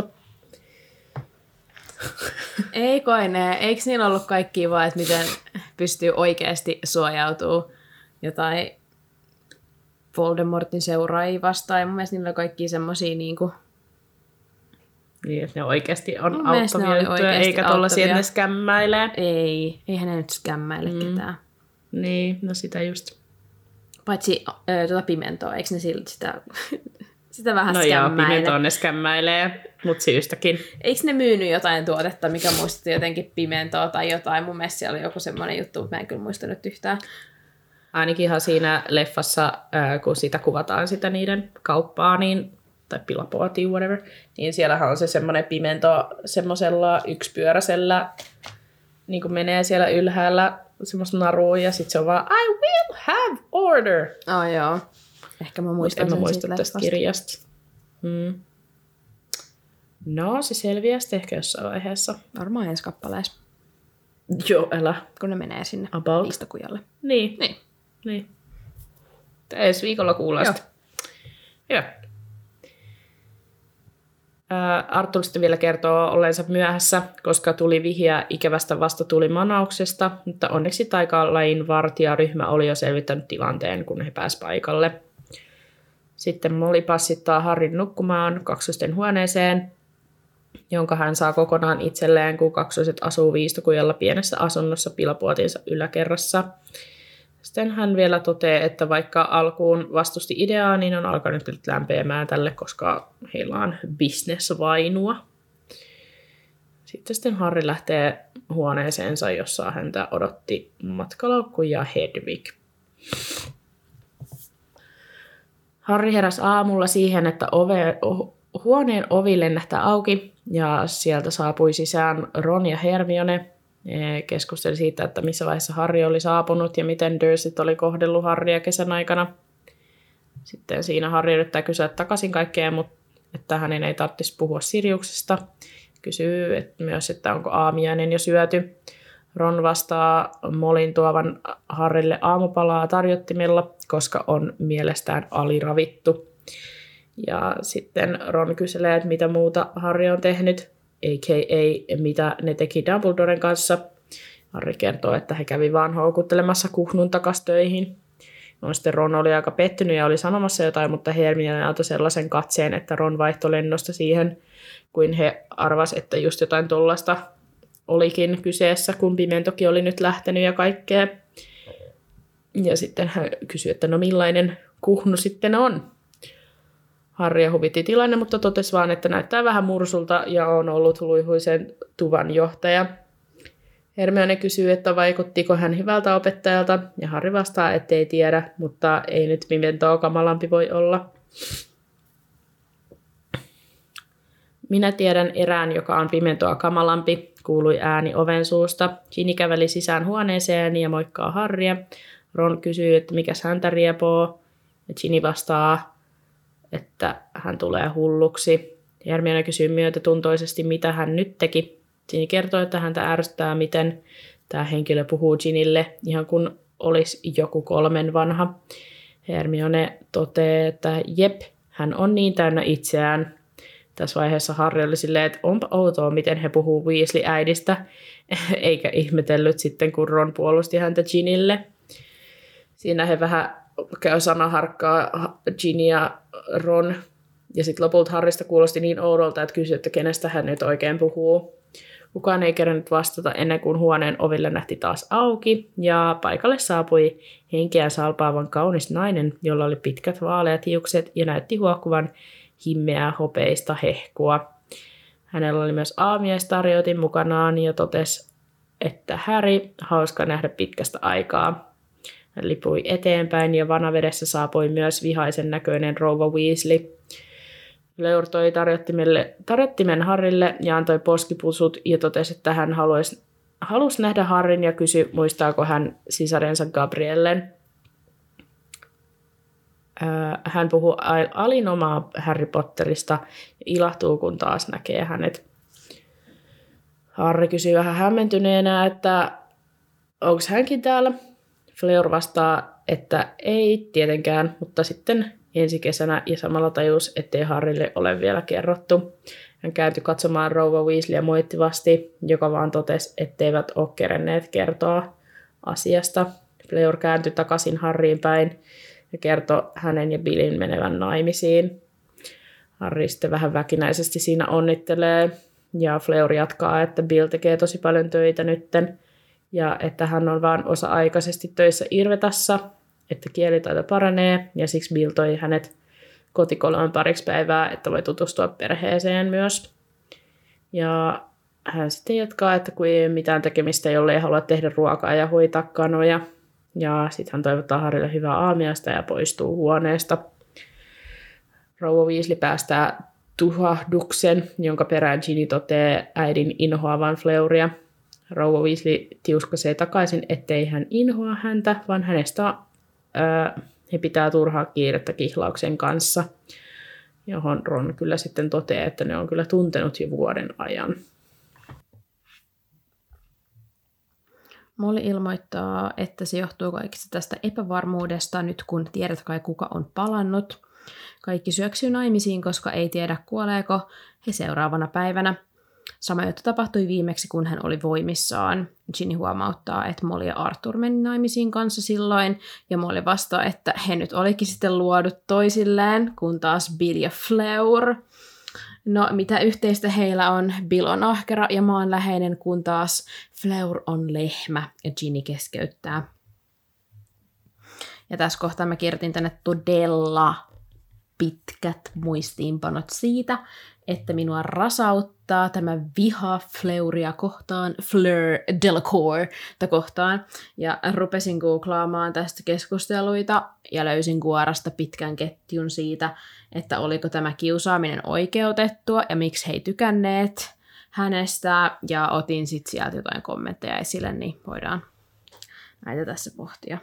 Ei kai ne. Eikö niillä ollut kaikkia vaan, että miten pystyy oikeasti suojautumaan jotain Voldemortin seuraajia vastaan. Ja mun mielestä niillä on kaikkia semmosia niinku... Niin, että ne oikeasti on Mun mielestä ne auttavia oli juttuja, oikeasti eikä tollaisia, että auttavia. ne skämmäilee. Ei, eihän ne nyt skämmäile mm. ketään. Niin, no sitä just. Paitsi ö, tuota pimentoa, eikö ne silti sitä, sitä vähän No joo, skämmäile? pimentoon ne skämmäilee, mutta syystäkin. Eikö ne myynyt jotain tuotetta, mikä muistutti jotenkin pimentoa tai jotain? Mun mielestä siellä oli joku semmoinen juttu, mutta mä en kyllä muista nyt yhtään. Ainakin ihan siinä leffassa, ää, kun sitä kuvataan sitä niiden kauppaa, niin, tai pilapuotia, whatever, niin siellähän on se semmoinen pimento semmoisella yksipyöräisellä, niin kuin menee siellä ylhäällä semmoista narua ja sitten se on vaan I will have order. Oh, joo. Ehkä mä muistan en sen mä muista siitä tästä leffasta. kirjasta. Hmm. No, se selviää sitten ehkä jossain vaiheessa. Varmaan ensi kappaleessa, Joo, älä. kun ne menee sinne About. liistokujalle. Niin. Niin. niin. Ensi viikolla kuullaan Joo. sitä. Joo. Arthur sitten vielä kertoo olleensa myöhässä, koska tuli vihjeä ikävästä vastatulimanauksesta, mutta onneksi taikalain vartijaryhmä oli jo selvittänyt tilanteen, kun he pääsivät paikalle. Sitten Molly passittaa Harryn nukkumaan kaksosten huoneeseen, jonka hän saa kokonaan itselleen, kun kaksoset asuu Viistokujalla pienessä asunnossa pilapuotinsa yläkerrassa. Sitten hän vielä toteaa, että vaikka alkuun vastusti ideaa, niin on alkanut nyt lämpeämään tälle, koska heillä on bisnesvainua. Sitten, sitten Harry lähtee huoneeseensa, jossa häntä odotti matkalaukku ja Hedwig. Harry heräsi aamulla siihen, että ove, huoneen ovi lennähtää auki ja sieltä saapui sisään Ron ja Hermione. He keskusteli siitä, että missä vaiheessa Harry oli saapunut ja miten Dursleyt oli kohdellut Harrya kesän aikana. Sitten siinä Harry yrittää kysyä takaisin kaikkea, mutta että hänen ei tarvitsisi puhua Siriuksesta. Kysyy että myös, että onko aamiainen jo syöty. Ron vastaa Mollyn tuovan Harrylle aamupalaa tarjottimella, koska on mielestään aliravittu. Ja sitten Ron kyselee, että mitä muuta Harry on tehnyt, a k a mitä ne teki Dumbledoren kanssa. Harry kertoo, että he kävi vaan houkuttelemassa Kuhnun takas töihin. No, sitten Ron oli aika pettynyt ja oli sanomassa jotain, mutta Hermione antoi sellaisen katseen, että Ron vaihtoi lennosta siihen, kuin he arvas, että just jotain tollaista olikin kyseessä, kun Pimentokin oli nyt lähtenyt ja kaikkea. Ja sitten hän kysyi, että no millainen Kuhnu sitten on. Harrya huvitti tilanne, mutta totesi vaan, että näyttää vähän mursulta ja on ollut luihuisen tuvan johtaja. Hermione kysyy, että vaikuttiko hän hyvältä opettajalta, ja Harry vastaa, ettei tiedä, mutta ei nyt Pimentoa kamalampi voi olla. Minä tiedän erään, joka on Pimentoa kamalampi, kuului ääni oven suusta. Ginny käveli sisään huoneeseen ja moikkaa Harrya. Ron kysyy, että mikäs häntä riepoo, ja Ginny vastaa, että hän tulee hulluksi. Hermione kysyy myötätuntoisesti, mitä hän nyt teki. Ginny kertoo, että häntä ärsyttää, miten tämä henkilö puhuu Ginnylle, ihan kun olisi joku kolmen vanha. Hermione toteaa, että jep, hän on niin täynnä itseään. Tässä vaiheessa Harry oli silleen, että onpa outoa, miten he puhuu Weasley-äidistä, eikä ihmetellyt sitten, kun Ron puolusti häntä Ginnylle. Siinä he vähän käy sanaharkkaa Ginny ja Ron, ja sitten lopulta Harrysta kuulosti niin oudolta, että kysyi, että kenestä hän nyt oikein puhuu. Kukaan ei kerännyt vastata ennen kuin huoneen oville nähti taas auki, ja paikalle saapui henkeään salpaavan kaunis nainen, jolla oli pitkät vaaleat hiukset ja näytti huokkuvan himmeää hopeista hehkua. Hänellä oli myös aamiaistarjoitin mukanaan ja totesi, että Harry, hauska nähdä pitkästä aikaa. Hän lipui eteenpäin ja vanavedessä saapui myös vihaisen näköinen rouva Weasley. Fleur toi tarjottimen Harrylle ja antoi poskipusut ja totesi, että hän haluaisi, halusi nähdä Harryn ja kysyi, muistaako hän sisarensa Gabriellen. Hän puhuu alinomaa Harry Potterista ja ilahtuu, kun taas näkee hänet. Harry kysyy vähän hämmentyneenä, että onko hänkin täällä. Fleur vastaa, että ei tietenkään, mutta sitten ensi kesänä ja samalla tajus, ettei Harrylle ole vielä kerrottu. Hän kääntyi katsomaan rouva Weasleyä moittivasti, joka vaan totesi, etteivät ole kerenneet kertoa asiasta. Fleur kääntyi takaisin Harryin päin ja kertoi hänen ja Billin menevän naimisiin. Harry sitten vähän väkinäisesti siinä onnittelee ja Fleur jatkaa, että Bill tekee tosi paljon töitä nytten ja että hän on vaan osa-aikaisesti töissä Irvetassa, että kielitaito paranee ja siksi Bill toi hänet kotikoloon pariksi päivää, että voi tutustua perheeseen myös. Ja hän sitten jatkaa, että kun ei mitään tekemistä, jolle ei halua tehdä ruokaa ja hoitaa kanoja. Ja sitten hän toivottaa Harrylle hyvää aamiaista ja poistuu huoneesta. Rouva Weasley päästää tuhahduksen, jonka perään Ginny toteaa äidin inhoavan Fleuria. rouva Weasley tiuskasee takaisin, ettei hän inhoa häntä, vaan hänestä ää, he pitää turhaa kiirettä kihlauksen kanssa, johon Ron kyllä sitten toteaa, että ne on kyllä tuntenut jo vuoden ajan. Molly ilmoittaa, että se johtuu kaikista tästä epävarmuudesta nyt, kun tiedät kai kuka on palannut. Kaikki syöksyy naimisiin, koska ei tiedä kuoleeko he seuraavana päivänä. Sama juttu tapahtui viimeksi, kun hän oli voimissaan. Ginny huomauttaa, että Molly ja Arthur meni naimisiin kanssa silloin, ja Molly vastaa, että he nyt olikin sitten luodut toisilleen, kun taas Bill ja Fleur. No, mitä yhteistä heillä on? Bill on ahkera ja maanläheinen, kun taas Fleur on lehmä, ja Ginny keskeyttää. Ja tässä kohtaa mä kirjoitin tänne todella pitkät muistiinpanot siitä, että minua rasauttaa tämä viha Fleuria kohtaan, Fleur Delacourta kohtaan. Ja rupesin googlaamaan tästä keskusteluita ja löysin Guarasta pitkän ketjun siitä, että oliko tämä kiusaaminen oikeutettua ja miksi he ei tykänneet hänestä. Ja otin sitten sieltä jotain kommentteja esille, niin voidaan näitä tässä pohtia.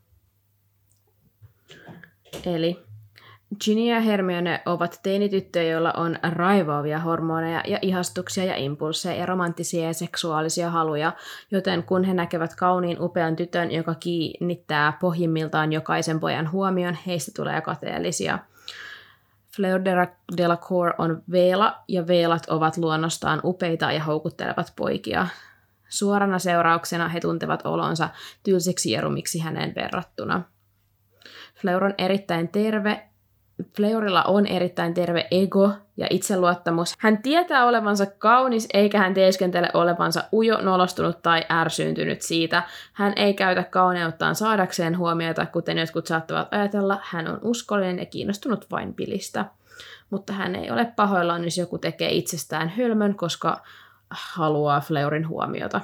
Eli Ginny ja Hermione ovat teinityttöjä, joilla on raivaavia hormoneja ja ihastuksia ja impulseja ja romanttisia ja seksuaalisia haluja, joten kun he näkevät kauniin upean tytön, joka kiinnittää pohjimmiltaan jokaisen pojan huomion, heistä tulee kateellisia. Fleur Delacour on veela, ja veelat ovat luonnostaan upeita ja houkuttelevat poikia. Suorana seurauksena he tuntevat olonsa tylsiksi ja rumiksi häneen verrattuna. Fleur on erittäin terve, Fleurilla on erittäin terve ego ja itseluottamus. Hän tietää olevansa kaunis, eikä hän teeskentele olevansa ujo, nolostunut tai ärsyyntynyt siitä. Hän ei käytä kauneuttaan saadakseen huomiota, kuten jotkut saattavat ajatella. Hän on uskollinen ja kiinnostunut vain Billistä. Mutta hän ei ole pahoillaan, jos joku tekee itsestään hölmön, koska haluaa Fleurin huomiota.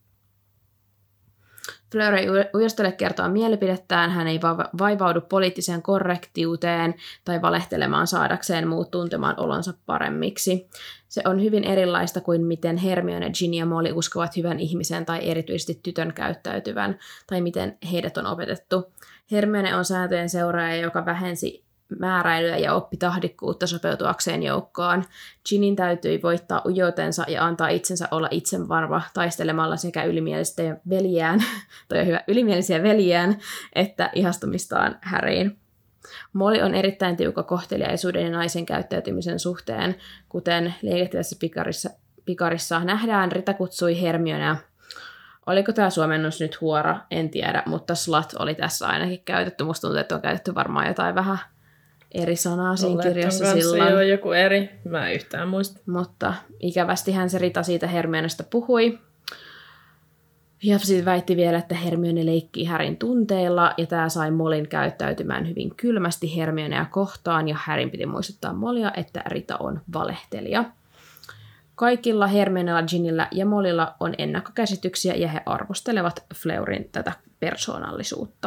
Fleur ei ujostele kertoa mielipidettään, hän ei vaivaudu poliittiseen korrektiuteen tai valehtelemaan saadakseen muut tuntemaan olonsa paremmiksi. Se on hyvin erilaista kuin miten Hermione, Ginny ja Molly uskovat hyvän ihmisen tai erityisesti tytön käyttäytyvän, tai miten heidät on opetettu. Hermione on sääntöjen seuraaja, joka vähensi määräilyä ja oppi tahdikkuutta sopeutuakseen joukkoon. Ginnyn täytyi voittaa ujoutensa ja antaa itsensä olla itsevarma taistelemalla sekä ylimielistä veljään, toi on hyvä, ylimielisiä veljään, että ihastumistaan Harryin. Molly on erittäin tiukka kohteliaisuuden ja naisen käyttäytymisen suhteen, kuten liekehtivässä pikarissa, pikarissa nähdään. Rita kutsui Hermionea. Oliko tämä suomennus nyt huora? En tiedä, mutta slut oli tässä ainakin käytetty. Musta tuntuu, että on käytetty varmaan jotain vähän eri sanaa siinä kirjassa silloin. Joo, joku eri. Mä en yhtään muista. Mutta ikävästihän se Rita siitä Hermionesta puhui. Ja sitten väitti vielä, että Hermione leikkii Harryn tunteilla, ja tämä sai Mollyn käyttäytymään hyvin kylmästi Hermionea kohtaan, ja Harryn piti muistuttaa Mollya, että Rita on valehtelija. Kaikilla Hermionella, Ginnyllä ja Mollylla on ennakkokäsityksiä, ja he arvostelevat Fleurin tätä persoonallisuutta.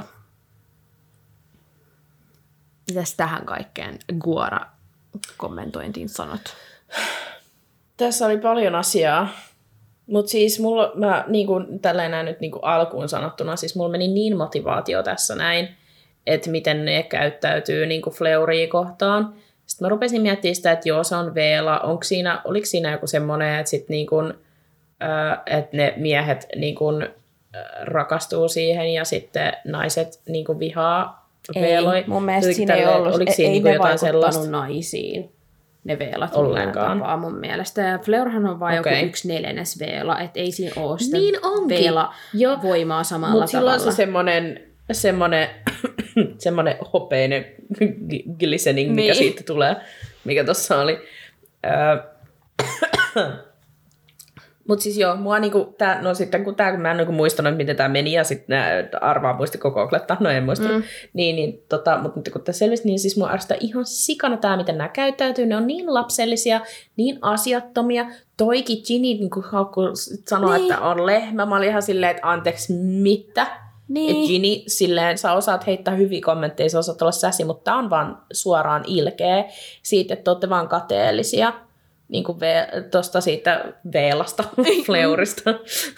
Mitäs tähän kaikkeen Guara-kommentointiin sanot? Tässä oli paljon asiaa. Mutta siis mulla, mä niin kuin tällainen nyt niin kuin alkuun sanottuna, siis mulla meni niin motivaatio tässä näin, että miten ne käyttäytyy niin kuin Fleuria kohtaan. Sitten mä rupesin miettimään sitä, että joo, se on veela. Onko siinä, oliko siinä joku semmoinen, että, sit niin kuin, äh, että ne miehet niin kuin, äh, rakastuu siihen ja sitten naiset niin kuin vihaa veeloja? Ei, mun mielestä siinä ei ollut, oliko siinä ei niin ne jotain sellaista naisiin. Ne veelat ollenkaan tapaa mun mielestä. Ja Fleurhan on vain okay. joku yksi neljännes veela, että ei siinä ole sitä niin veela-voimaa samalla Mut tavalla. Mutta silloin se semmoinen, semmoinen, semmoinen hopeinen glistening, mikä niin. siitä tulee, mikä tossa oli. Mutta siis joo, mua niinku, tää, no sitten kun, tää, kun mä en niinku muistanut, miten tämä meni, ja sitten arvaa muisti koko kletta, no en muistanut, mm. niin, niin tota, mutta kun tämä selvisi, niin siis mua arvostaa ihan sikana tämä, miten nämä käyttäytyy, ne on niin lapsellisia, niin asiattomia, toikin Ginny niinku sanoi, niin. että on lehmä, mä olin ihan silleen, että anteeksi, mitä? Niin. Että Ginny, silleen, sä osaat heittää hyviä kommentteja, sä osaat olla säsi, mutta tää on vaan suoraan ilkeä siitä, että olette vaan kateellisia. niin kuin ve- tosta siitä Veelasta, Fleurista.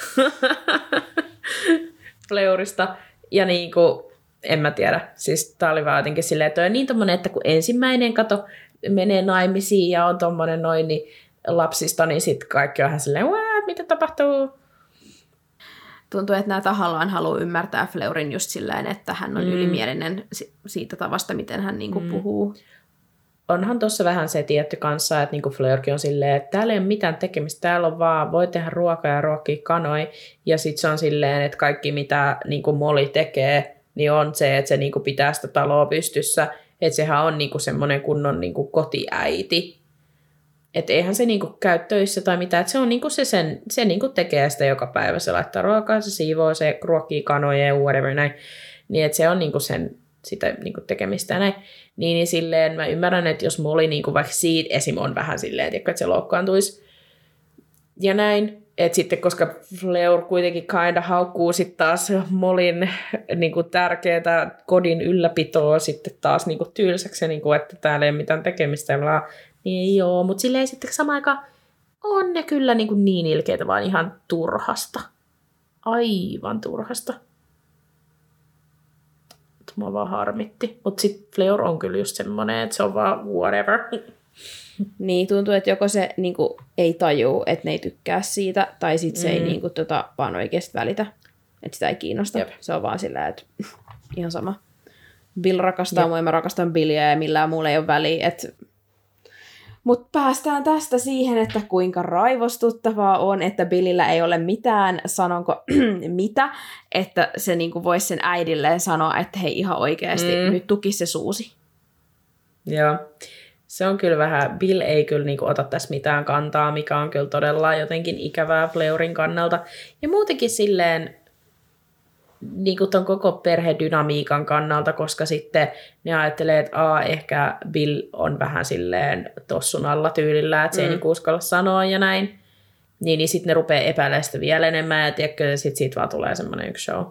Fleurista. Ja niin kuin, en mä tiedä, siis tää oli vaan jotenkin silleen, että on niin tommonen, että kun ensimmäinen kato menee naimisiin ja on tommonen noin, niin lapsista, niin sitten kaikki on ihan silleen, mitä tapahtuu? Tuntuu, että nämä tahallaan haluaa ymmärtää Fleurin just silleen, että hän on mm. ylimielinen siitä tavasta, miten hän niinku mm. puhuu. Onhan tuossa vähän se tietty kanssa, että niinku Fleurkin on silleen, että täällä ei ole mitään tekemistä, täällä on vaan, voi tehdä ruokaa ja ruokkia kanoi. Ja sitten se on silleen, että kaikki mitä niinku Molly tekee, niin on se, että se niinku pitää sitä taloa pystyssä. Että sehän on niinku semmoinen kunnon niinku kotiäiti. Että eihän se niinku käy töissä tai mitään, että se on niinku se, sen, se niinku tekee sitä joka päivä. Se laittaa ruokaa, se siivoo, se ruokkii kanoja ja whatever näin. Niin että se on niinku sen sitä niinku tekemistä ja näin. Niin, niin silleen mä ymmärrän, että jos Molly niinku vaikka siitä esim. On vähän silleen, että se loukkaantuisi ja näin. Että sitten koska Fleur kuitenkin kinda haukkuu sitten taas Mollyn niinku tärkeää kodin ylläpitoa sitten taas niinku tylsäksi, niinku, että täällä ei ole mitään tekemistä ja bla. Niin joo, mutta silleen sitten samaan aikaan on ne kyllä niin, kuin niin ilkeitä, vaan ihan turhasta. Aivan turhasta. Mua vaan harmitti. Mutta sitten Fleur on kyllä just semmoinen, että se on vaan whatever. Niin, tuntuu, että joko se niin kuin, ei tajuu, että ne ei tykkää siitä, tai sitten se mm. ei niin kuin, tota, vaan oikeasti välitä. Että sitä ei kiinnosta. Jep. Se on vaan silleen, että ihan sama. Bill rakastaa Jep. mua ja mä rakastan Billiä ja millään muulla ei ole väliä, että mutta päästään tästä siihen, että kuinka raivostuttavaa on, että Billillä ei ole mitään, sanonko mitä, että se niinku voisi sen äidilleen sanoa, että hei ihan oikeasti, mm. nyt tukisi se suusi. Joo, se on kyllä vähän, Bill ei kyllä niinku ota tässä mitään kantaa, mikä on kyllä todella jotenkin ikävää Fleurin kannalta. Ja muutenkin silleen, niin kuin ton koko perhedynamiikan kannalta, koska sitten ne ajattelee, että aa, ehkä Bill on vähän silleen tossun alla tyylillä, että se mm. ei niinku uskalla sanoa ja näin. Niin, niin sitten ne rupeaa epäilemään sitä vielä enemmän ja tiedätkö, sitten siitä vaan tulee semmoinen yksi show.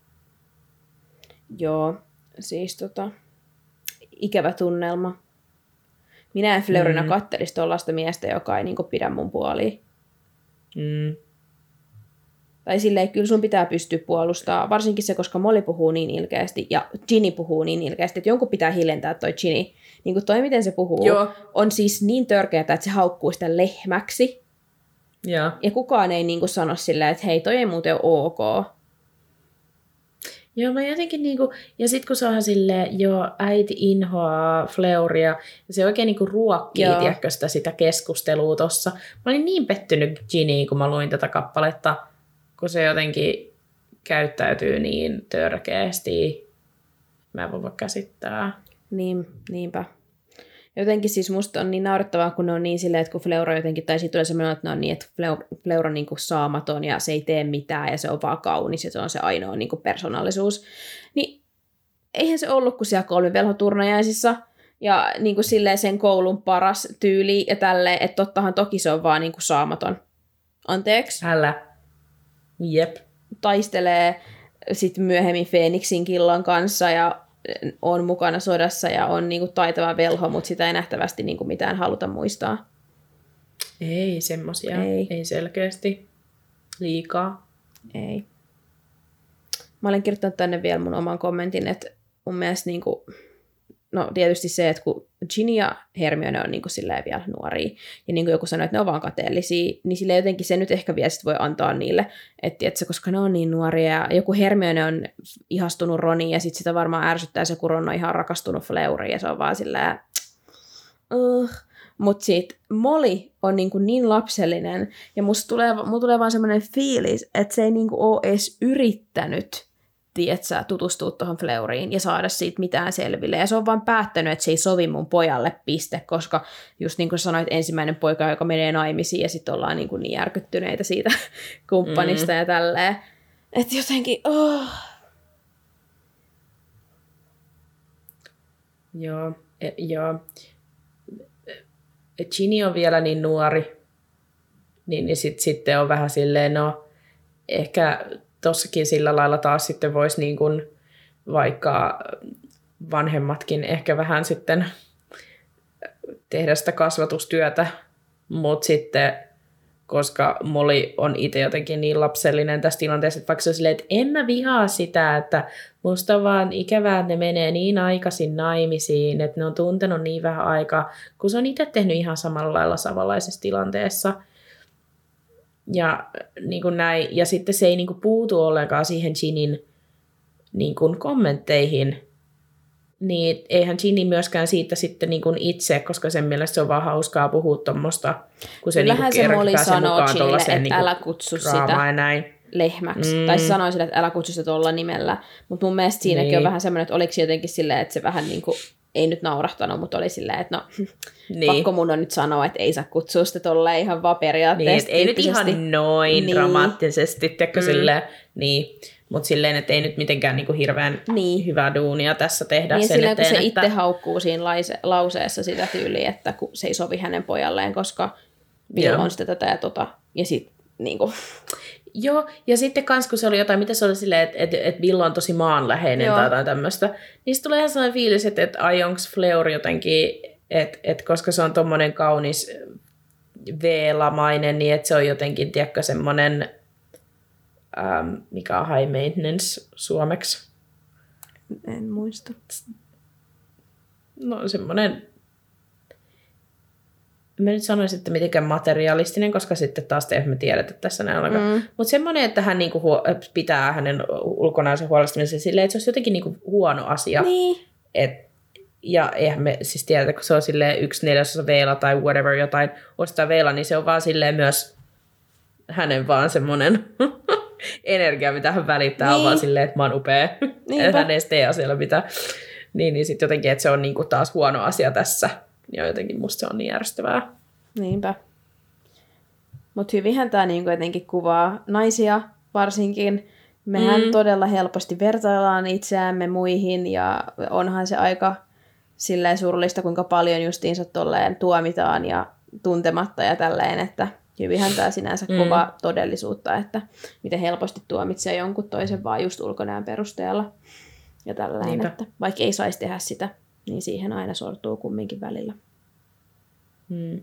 Joo, siis tota, ikävä tunnelma. Minä en Fleurina mm. kattelisi tuollaista miestä, joka ei niinku pidä mun puoliin. Mm. Tai silleen, kyllä sun pitää pystyä puolustamaan, varsinkin se, koska Molly puhuu niin ilkeästi ja Ginny puhuu niin ilkeästi, että jonkun pitää hiljentää toi Ginny. Niin kuin toi, miten se puhuu, Joo. on siis niin törkeätä, että se haukkuu sitä lehmäksi. Ja, ja kukaan ei niin kuin sano silleen, että hei, toi ei muuten ole ok. Joo, mä jotenkin niinku, ja sit kun se onhan silleen, joo, äiti inhoaa Fleuria, ja se oikein niinku ruokkii, tiedätkö, sitä, sitä keskustelua tossa. Mä olin niin pettynyt Ginnyyn, kun mä luin tätä kappaletta, kun se jotenkin käyttäytyy niin törkeästi. Mä en voi vaan käsittää. Niin, niinpä. Jotenkin siis musta on niin naurettavaa, kun ne on niin silleen, että kun Fleura jotenkin, tai siitä tulee semmoinen, että ne on niin, että Fleura on niin kuin saamaton ja se ei tee mitään ja se on vaan kaunis ja se on se ainoa niin kuin persoonallisuus. Niin eihän se ollut kuin siellä kolmivelhoturnajaisissa ja niin kuin silleen sen koulun paras tyyli ja tälleen, että tottahan toki se on vaan niin kuin saamaton. Anteeksi? Älä. Jep. Taistelee sitten myöhemmin Feeniksin killan kanssa ja on mukana sodassa ja on niinku taitava velho, mutta sitä ei nähtävästi niinku mitään haluta muistaa. Ei semmosia. Ei. ei selkeästi. Liikaa. Ei. Mä olen kirjoittanut tänne vielä mun oman kommentin, että mun mielestä niinku, no tietysti se, että kun Ginny ja Hermione on niinku silleen vielä nuoria, ja niin kuin joku sanoi, että ne on vaan kateellisia, niin sille jotenkin se nyt ehkä vielä sit voi antaa niille, että et koska ne on niin nuoria, ja joku Hermione on ihastunut Roniin, ja sitten sitä varmaan ärsyttää se, kun Ron on ihan rakastunut Fleuriin, ja se on vaan silleen, uh. Mutta sitten Molly on niinku niin lapsellinen, ja musta tulee, mulla tulee vaan semmoinen fiilis, että se ei niinku ole edes yrittänyt tietsä, tutustua tuohon Fleuriin ja saada siitä mitään selville. Ja se on vaan päättänyt, että se ei sovi mun pojalle, piste, koska just niin kuin sanoit, ensimmäinen poika, joka menee naimisiin ja sitten ollaan niin, niin järkyttyneitä siitä kumppanista mm. ja tälleen. Että jotenkin, oh. Joo, e, joo. Ginny on vielä niin nuori, niin, niin sitten sit on vähän silleen, no ehkä tossakin sillä lailla taas sitten voisi niin kuin vaikka vanhemmatkin ehkä vähän sitten tehdä sitä kasvatustyötä Mutta sitten, koska Molly on itse jotenkin niin lapsellinen tässä tilanteessa, että vaikka se on silleen, että en mä vihaa sitä, että musta on vaan ikävää, että ne menee niin aikaisin naimisiin, että ne on tuntenut niin vähän aikaa, kun se on itse tehnyt ihan samalla lailla samanlaisessa tilanteessa. Ja, niin kuin näin, ja sitten se ei niin kuin puutu ollenkaan siihen Ginin niin kuin kommentteihin, niin eihän Ginny myöskään siitä sitten niin kuin itse, koska sen mielestä se on vaan hauskaa puhua tuommoista, kun se Kyllähän niin se Molly sanoo Ginille, että niin älä kutsu sitä näin. lehmäksi. Mm. Tai se sanoi sille, että älä kutsu sitä tuolla nimellä. Mutta mun mielestä siinäkin niin. on vähän semmoinen, että oliko se jotenkin silleen, että se vähän niin kuin, ei nyt naurahtanut, mutta oli silleen, että no niin. pakko mun on nyt sanoa, että ei saa kutsua sitä tolleen ihan vaan periaatteessa. Niin, ei nyt ihan noin niin. dramaattisesti, tiedätkö Mm. silleen, niin. Mutta silleen, että ei nyt mitenkään niinku hirveän niin. hyvää duunia tässä tehdä niin, sen silleen, eteen, kun se että... itse haukkuu siinä laise- lauseessa sitä tyyliä, että kun se ei sovi hänen pojalleen, koska Bill on sitä tätä ja tota. Ja sit niinku... Joo, ja sitten kans kun se oli jotain, mitä se oli silleen, että et, et Bill on tosi maanläheinen Joo. tai jotain tämmöistä, niin sitten tulee ihan sellainen fiilis, että et, ai onks Fleur jotenkin, että et, koska se on tommonen kaunis V-lamainen, niin että se on jotenkin, tiedätkö, semmonen... Ähm, mikä on high maintenance suomeksi? En muista. No semmoinen, mä nyt sanoisin, että mitenkään materialistinen, koska sitten taas te me tiedetä tässä näin ollenkaan. Mm. Mutta semmoinen, että hän niinku huo- pitää hänen ulkonäönsä huolestumisen silleen, että se olisi jotenkin niinku huono asia. Niin. Et, ja eihän me siis tiedetä, kun se on silleen yksi neljäsosa veila tai whatever jotain ostaa veila, niin se on vaan silleen myös hänen vaan semmoinen... energia, mitä hän välittää, niin. on vaan silleen, että mä oon upea. Hän ei tee asialla mitään. Niin, niin sitten jotenkin, että se on niinku taas huono asia tässä. Ja jotenkin musta se on niin järjestävää. Niinpä. Mutta hyvinhän tämä niinku jotenkin kuvaa naisia varsinkin. Mehän mm. todella helposti vertaillaan itseämme muihin ja onhan se aika silleen surullista, kuinka paljon justiinsa tolleen tuomitaan ja tuntematta ja tälleen, että hyvinhän tämä sinänsä mm. kuvaa todellisuutta, että miten helposti tuomitsee jonkun toisen vaan just ulkonäön perusteella ja tällainen, että vaikka ei saisi tehdä sitä, niin siihen aina sortuu kumminkin välillä. Mm.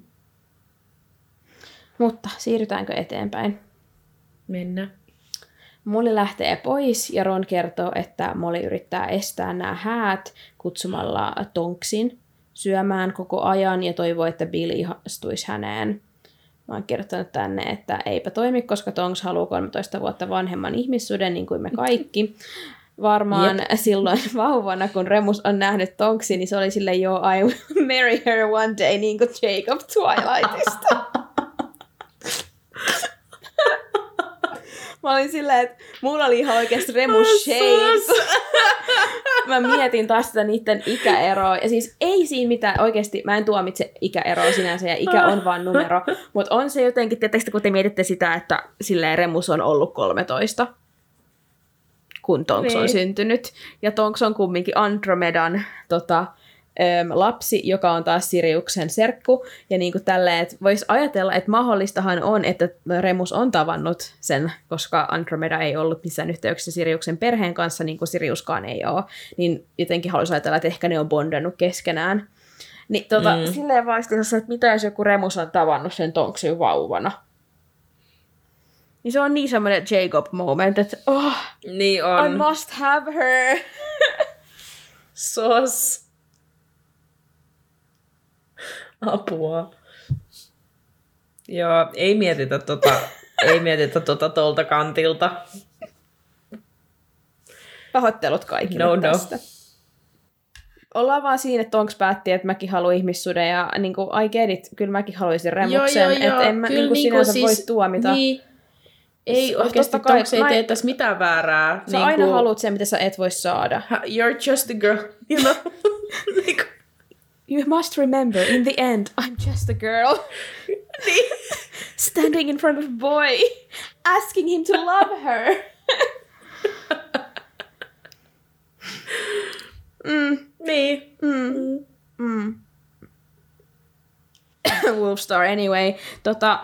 Mutta siirrytäänkö eteenpäin? Mennään. Molly lähtee pois ja Ron kertoo, että Molly yrittää estää nämä häät kutsumalla Tonksin syömään koko ajan ja toivoo, että Bill ihastuisi häneen. Mä oon kirjoittanut tänne, että eipä toimi, koska Tonks haluaa kolmetoista vuotta vanhemman ihmissuden, niin kuin me kaikki. Varmaan yep. silloin vauvana, kun Remus on nähnyt Tonksin, niin se oli silleen, joo, I will marry her one day, niin kuin Jacob Twilightista. Mä olin silleen, että mulla oli ihan oikeasti Remus shades. Mä mietin taas sitä niiden ikäeroa. Ja siis ei siinä mitään, oikeasti mä en tuomitse ikäeroa sinänsä, ja ikä on vaan numero. Mutta on se jotenkin, tietysti kun te mietitte sitä, että silleen Remus on ollut kolmetoista, kun Tonks on syntynyt. Ja Tonks on kumminkin Andromedan tota, lapsi, joka on taas Siriuksen serkku, ja niin kuin tälleen, että voisi ajatella, että mahdollistahan on, että Remus on tavannut sen, koska Andromeda ei ollut missään yhteyksissä Siriuksen perheen kanssa, niin kuin Siriuskaan ei ole, niin jotenkin haluaisi ajatella, että ehkä ne on bondannut keskenään. Niin tota, mm. silleen vaisteessa, että mitä jos joku Remus on tavannut sen Tonksin vauvana. Niin se on niin semmoinen Jacob moment, että oh, niin on. I must have her. Sos. Apua. Joo, ei mietitä tota, ei mietitä tota tolta kantilta. Pahoittelut kaikille no, tästä. No. Ollaan vaan siinä, että Tonks päätti, että mäkin haluan ihmissuden ja niin kuin, I get it, kyllä mäkin haluaisin Remuksen, että en mä niin kuin sinänsä siis, voi tuomita. Niin. Ei oikeasti Tonks ei tee tässä mitään väärää. Sä niin aina kuin... haluat sen, mitä sä et voi saada. You're just a girl, you know. You must remember, in the end, I'm just a girl. Standing in front of a boy, asking him to love her. mm. Niin. Mm. Mm. Wolfstar anyway. Tota,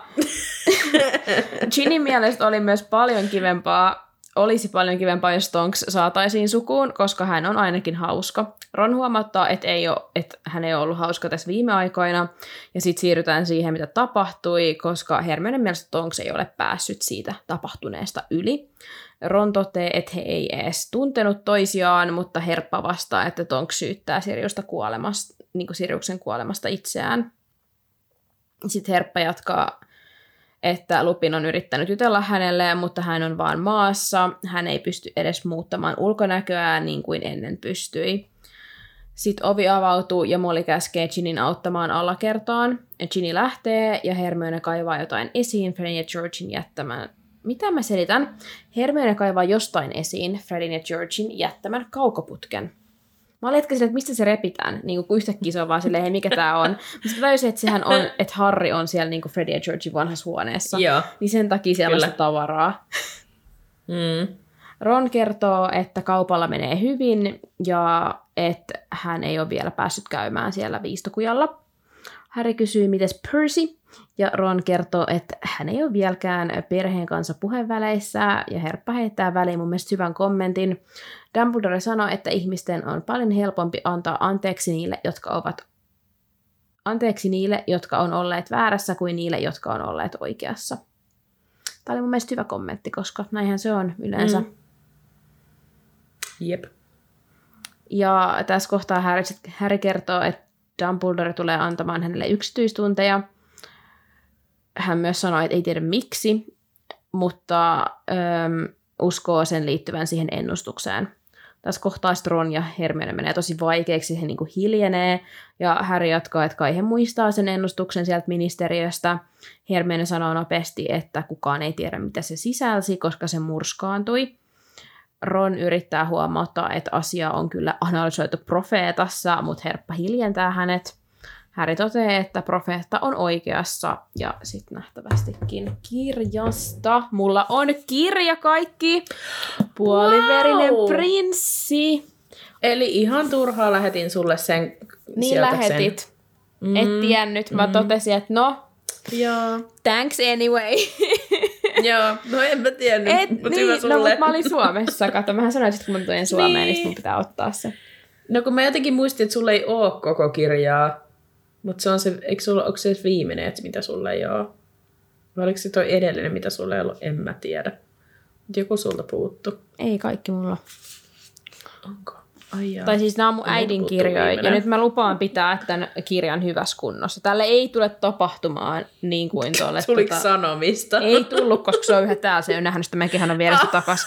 Ginin mielestä oli myös paljon kivempaa, olisi paljon kivempaa, jos Tonks saataisiin sukuun, koska hän on ainakin hauska. Ron huomauttaa, että, ei ole, että hän ei ole ollut hauska tässä viime aikoina, ja sitten siirrytään siihen, mitä tapahtui, koska Hermionen mielestä Tonks ei ole päässyt siitä tapahtuneesta yli. Ron toteaa, että he ei edes tuntenut toisiaan, mutta Herppa vastaa, että Tonks syyttää Siriusta kuolemasta, niin kuin Siriuksen kuolemasta itseään. Sitten Herppa jatkaa, että Lupin on yrittänyt jutella hänelle, mutta hän on vaan maassa. Hän ei pysty edes muuttamaan ulkonäköään niin kuin ennen pystyi. Sitten ovi avautuu ja Molly käskee Ginin auttamaan alakertaan. Ginny lähtee ja Hermione kaivaa jotain esiin Fredin ja Georgin jättämään. Mitä mä selitän? Hermione kaivaa jostain esiin Fredin ja Georgin jättämän kaukoputken. Mä olin hetken että mistä se repitään, niin kuin yhtäkkiä se on vaan silleen, hei mikä tää on. Mutta täysin, että sehän on, että Harry on siellä niin kuin Fredin ja Georgin vanhassa huoneessa. Joo. Niin sen takia siellä Kyllä. on sitä tavaraa. Mm. Ron kertoo, että kaupalla menee hyvin ja että hän ei ole vielä päässyt käymään siellä viistokujalla. Harry kysyy, mites Percy? Ja Ron kertoo, että hän ei ole vieläkään perheen kanssa puheenväleissä, ja Herppa heittää väliin mun mielestä hyvän kommentin. Dumbledore sanoo, että ihmisten on paljon helpompi antaa anteeksi niille, jotka ovat anteeksi niille, jotka on olleet väärässä, kuin niille, jotka on olleet oikeassa. Tämä oli mun mielestä hyvä kommentti, koska näinhän se on yleensä. Mm. Jep. Ja tässä kohtaa Harry, Harry kertoo, että Dumbledore tulee antamaan hänelle yksityistunteja. Hän myös sanoi, että ei tiedä miksi, mutta äm, uskoo sen liittyvän siihen ennustukseen. Tässä kohtaa Ron ja Hermione menee tosi vaikeaksi, he niin kuin hiljenee, ja Harry jatkaa, että kai he muistaa sen ennustuksen sieltä ministeriöstä. Hermione sanoo nopeasti, että kukaan ei tiedä, mitä se sisälsi, koska se murskaantui. Ron yrittää huomauttaa, että asia on kyllä analysoitu profeetassa, mutta Herppa hiljentää hänet. Harry toteaa, että profeetta on oikeassa, ja sitten nähtävästikin kirjasta. Mulla on kirja kaikki. Puoliverinen wow. prinssi. Eli ihan turhaa lähetin sulle sen. Niin lähetit. Sen. Mm, Et tiennyt. Mä mm. totesin, että no, Joo. thanks anyway. Joo, no en mä tiennyt, Et, mutta niin, hyvä sulle. No, mutta mä olin Suomessa. Kato, mähän sanoin, että kun mä tulin Suomeen, niin, niin mun pitää ottaa se. No kun mä jotenkin muistin, että sulla ei ole koko kirjaa, mutta se on se, eikö sulla, onko se viimeinen, että mitä sulla ei ole? Vai oliko se toi edellinen, mitä sulla ei ollut? En mä tiedä. Joku sulta puuttu. Ei kaikki mulla. Onko? Ai jaa. Tai siis nämä on mun äidin kirjoja, ja nyt mä lupaan pitää tämän kirjan hyvässä kunnossa. Tälle ei tule tapahtumaan niin kuin tuolle. Tuliko tota... sanomista? Ei tullut, koska se on yhä täällä, se on nähnyt sitä, mekin hän on vierestä takas.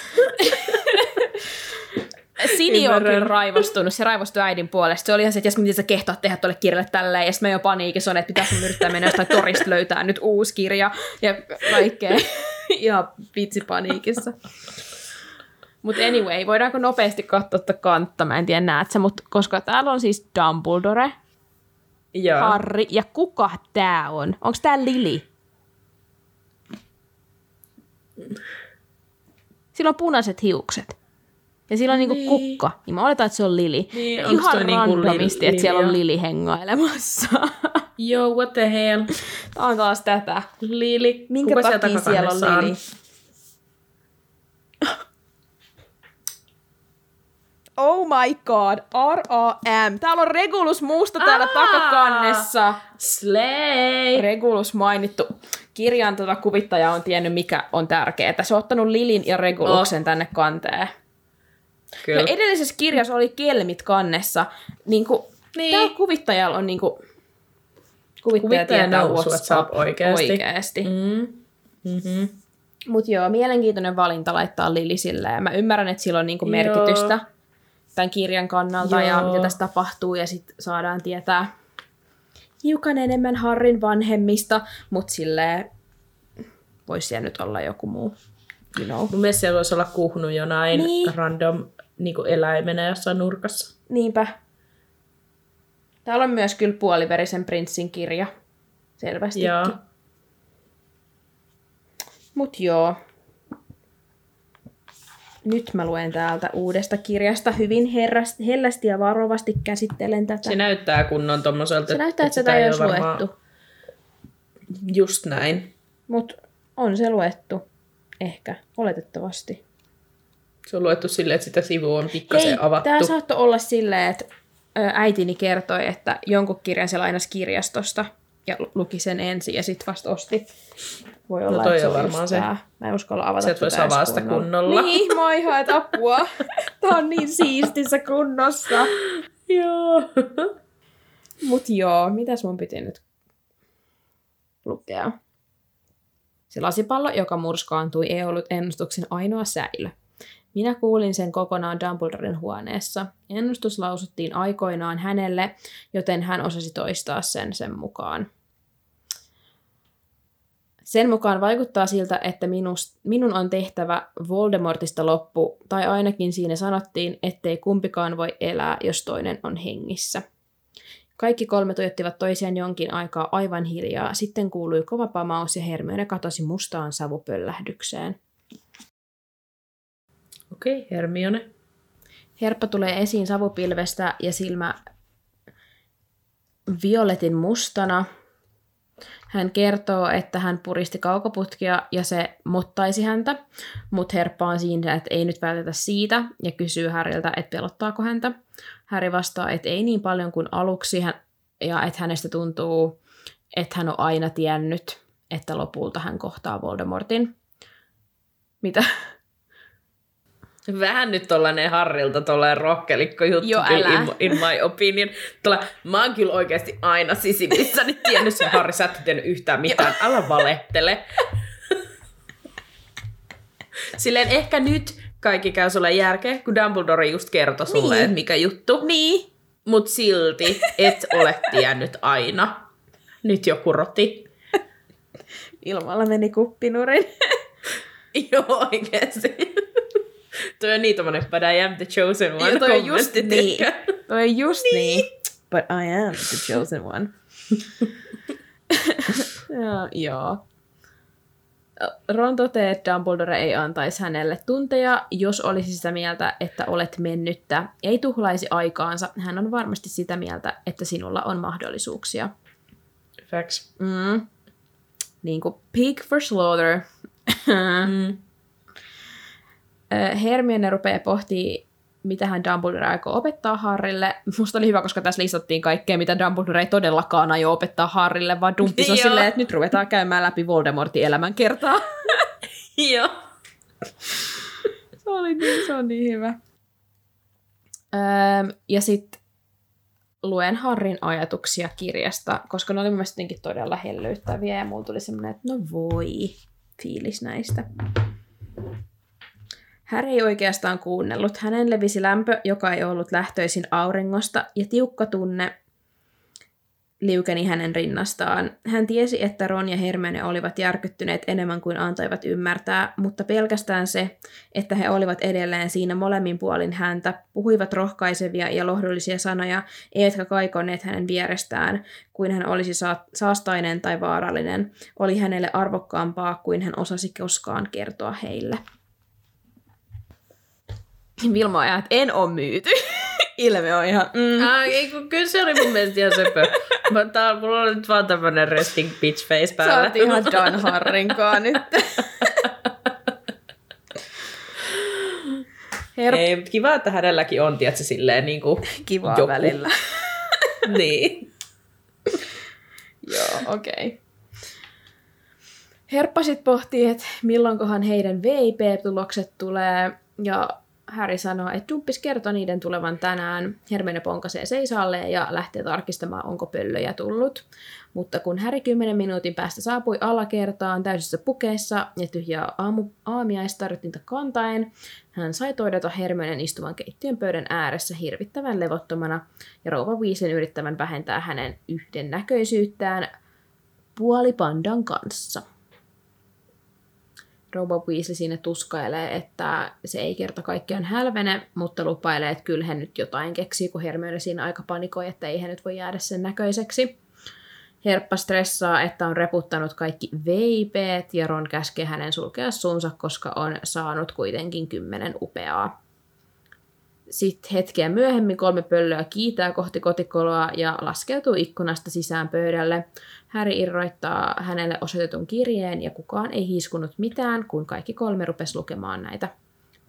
Sini on kyllä raivostunut, se raivostui äidin puolesta. Se oli ihan se, että jos miten sä kehtaat tehdä tuolle kirjalle tälleen, ja sitten mä jo paniikissa on, että pitäisi mun yrittää mennä jostain torista löytää nyt uusi kirja, ja kaikkea. Ihan vitsi paniikissa. Mutta anyway, voidaanko nopeasti katsoa tätä kantta? Mä en tiedä, näet sä, mutta koska täällä on siis Dumbledore, ja Harry, ja kuka tää on? Onko tää Lily? Sillä on punaiset hiukset. Ja sillä on niinku niin. kukka. Niin mä oletan, että se on Lily. Niin, ihan niinku randomisti, li- että siellä on Lily hengailemassa. Joo, what the hell? Tää on taas tätä. Lily. Minkä Kuka takia siellä on Lily? Oh my god, R A M. Täällä on Regulus Musta täällä Aa, takakannessa. Slay! Regulus mainittu. Kirjan tuota kuvittaja on tiennyt, mikä on tärkeää. Se on ottanut Lilin ja Reguluksen oh. tänne kanteen. Kyllä. Ja edellisessä kirjassa oli kelmit kannessa. Niin kuin, niin. Täällä kuvittajalla on niin kuin, kuvittaja, kuvittaja tietää what's up oikeasti. oikeasti. Mm. Mm-hmm. Mutta joo, mielenkiintoinen valinta laittaa Lili silleen. Mä ymmärrän, että sillä on niinku merkitystä joo. tämän kirjan kannalta joo. ja mitä tässä tapahtuu. Ja sitten saadaan tietää hiukan enemmän Harryn vanhemmista, mutta silleen voisi siellä nyt olla joku muu. You know. Mun mielestä siellä voisi olla Kuhnu jonain niin. random niinku eläimenä jossain nurkassa. Niinpä. Täällä on myös kyllä Puoliverisen prinssin kirja. Selvästikin. Joo. Mut joo. Nyt mä luen täältä uudesta kirjasta. Hyvin herrästi, hellästi ja varovasti käsittelen tätä. Se näyttää kunnon tommoselta. Se näyttää, että sitä ei ole varmaan luettu. Just näin. Mut on se luettu. Ehkä. Oletettavasti. Se on luettu silleen, että sitä sivua on pikkasen Ei, avattu. tämä saattoi olla silleen, että äitini kertoi, että jonkun kirjan se lainasi kirjastosta ja luki sen ensin ja sitten vasta osti. Voi olla, no toi että on se varmaan se. Tää. Mä en uskalla avata Sieltä voisi tätä avaa edes sitä kunnolla. kunnolla. Niin, mä oon ihan, että apua. Tää on niin siistissä kunnossa. Joo. Mut joo, mitäs mun piti nyt lukea? Se lasipallo, joka murskaantui, ei ollut ennustuksen ainoa säilö. Minä kuulin sen kokonaan Dumbledoren huoneessa. Ennustus lausuttiin aikoinaan hänelle, joten hän osasi toistaa sen sen mukaan. Sen mukaan vaikuttaa siltä, että minust, minun on tehtävä Voldemortista loppu, tai ainakin siinä sanottiin, ettei kumpikaan voi elää, jos toinen on hengissä. Kaikki kolme tuijottivat toisiaan jonkin aikaa aivan hiljaa. Sitten kuului kova pamaus ja Hermione katosi mustaan savupöllähdykseen. Okei, okay, Hermione. Herppa tulee esiin savupilvestä ja silmä violetin mustana. Hän kertoo, että hän puristi kaukoputkia ja se mottaisi häntä, mutta Herppa on siinä, että ei nyt vältetä siitä ja kysyy Harryltä, että pelottaako häntä. Harry vastaa, että ei niin paljon kuin aluksi ja että hänestä tuntuu, että hän on aina tiennyt, että lopulta hän kohtaa Voldemortin. Mitä? Vähän nyt tollanen Harrilta tollanen rohkelikko juttu Joo, in, älä. in my opinion. Tolla, mä oon kyllä oikeasti aina sisimmissäni tiennyt sen Harri, sä et tiennyt yhtään mitään, älä valehtele. Silleen ehkä nyt kaikki käy sulle järkeä, kun Dumbledore just kertoi sulle, Niin. että mikä juttu. Niin. Mut silti et ole tiennyt aina. Nyt joku roti. Ilmalla meni kuppinurin. Joo, oikeesti. Toi on niin tommonen, but I am the chosen one. Joo, toi on just kommentti, niin. tiedätkö? Toi on just niin. But I am the chosen one. ja, joo. Ron toteaa, että Dumbledore ei antaisi hänelle tunteja, jos olisi sitä mieltä, että olet mennyttä. Ei tuhlaisi aikaansa. Hän on varmasti sitä mieltä, että sinulla on mahdollisuuksia. Facts. Mm. Niin kuin pig for slaughter. Mm. Hermione rupeaa pohtimaan, mitä hän Dumbledore aikoo opettaa Harrylle. Musta oli hyvä, koska tässä listattiin kaikkea, mitä Dumbledore ei todellakaan aio opettaa Harrylle, vaan Dumppis on Joo. silleen, että nyt ruvetaan käymään läpi Voldemortin elämänkertaa. Joo. se, oli niin, se on niin hyvä. Öö, ja sitten luen Harryn ajatuksia kirjasta, koska ne oli mun mielestä jotenkin todella hellyyttäviä, ja mulla tuli semmoinen, että no voi, fiilis näistä. Harry ei oikeastaan kuunnellut. Hänen levisi lämpö, joka ei ollut lähtöisin auringosta, ja tiukka tunne liukeni hänen rinnastaan. Hän tiesi, että Ron ja Hermione olivat järkyttyneet enemmän kuin antoivat ymmärtää, mutta pelkästään se, että he olivat edelleen siinä molemmin puolin häntä, puhuivat rohkaisevia ja lohdullisia sanoja, eivätkä kaikoneet hänen vierestään, kuin hän olisi saastainen tai vaarallinen, oli hänelle arvokkaampaa kuin hän osasi koskaan kertoa heille. Vilma on ihan, että en ole myyty. Ilme on ihan... Mm. Ah, ei, kun kyllä se oli mun mielestä ihan söpö. Tää, mulla oli nyt vaan tämmönen resting bitch face päällä. Sä oot ihan done Harrinkaan nyt. Her... Ei, mutta kiva, että hänelläkin on, tiedätkö, silleen niinku... Kivaa joku. välillä. niin. Joo, okei. Okay. Herppa sit pohtii, että milloinkohan heidän V I P-tulokset tulee, ja Harry sanoo, että Dumppis kertoo niiden tulevan tänään. Hermione ponkasee seisaalleen ja lähtee tarkistamaan, onko pöllöjä tullut. Mutta kun Harry kymmenen minuutin päästä saapui alakertaan täysissä pukeissa ja tyhjää aamu, aamiaistarjottinta kantaen, hän sai todeta Hermionen istuvan keittiön pöydän ääressä hirvittävän levottomana ja rouva Weasleyn yrittävän vähentää hänen yhdennäköisyyttään puolipandan kanssa. Rouva Weasley siinä tuskailee, että se ei kerta kaikkiaan hälvene, mutta lupailee, että kyllä hän nyt jotain keksii, kun Hermione siinä aika panikoi, että ei hän nyt voi jäädä sen näköiseksi. Herppa stressaa, että on reputtanut kaikki veipeet ja Ron käskee hänen sulkea suunsa, koska on saanut kuitenkin kymmenen upeaa. Sitten hetkeä myöhemmin kolme pöllöä kiitää kohti kotikoloa ja laskeutuu ikkunasta sisään pöydälle. Harry irroittaa hänelle osoitetun kirjeen ja kukaan ei hiiskunut mitään, kun kaikki kolme rupesi lukemaan näitä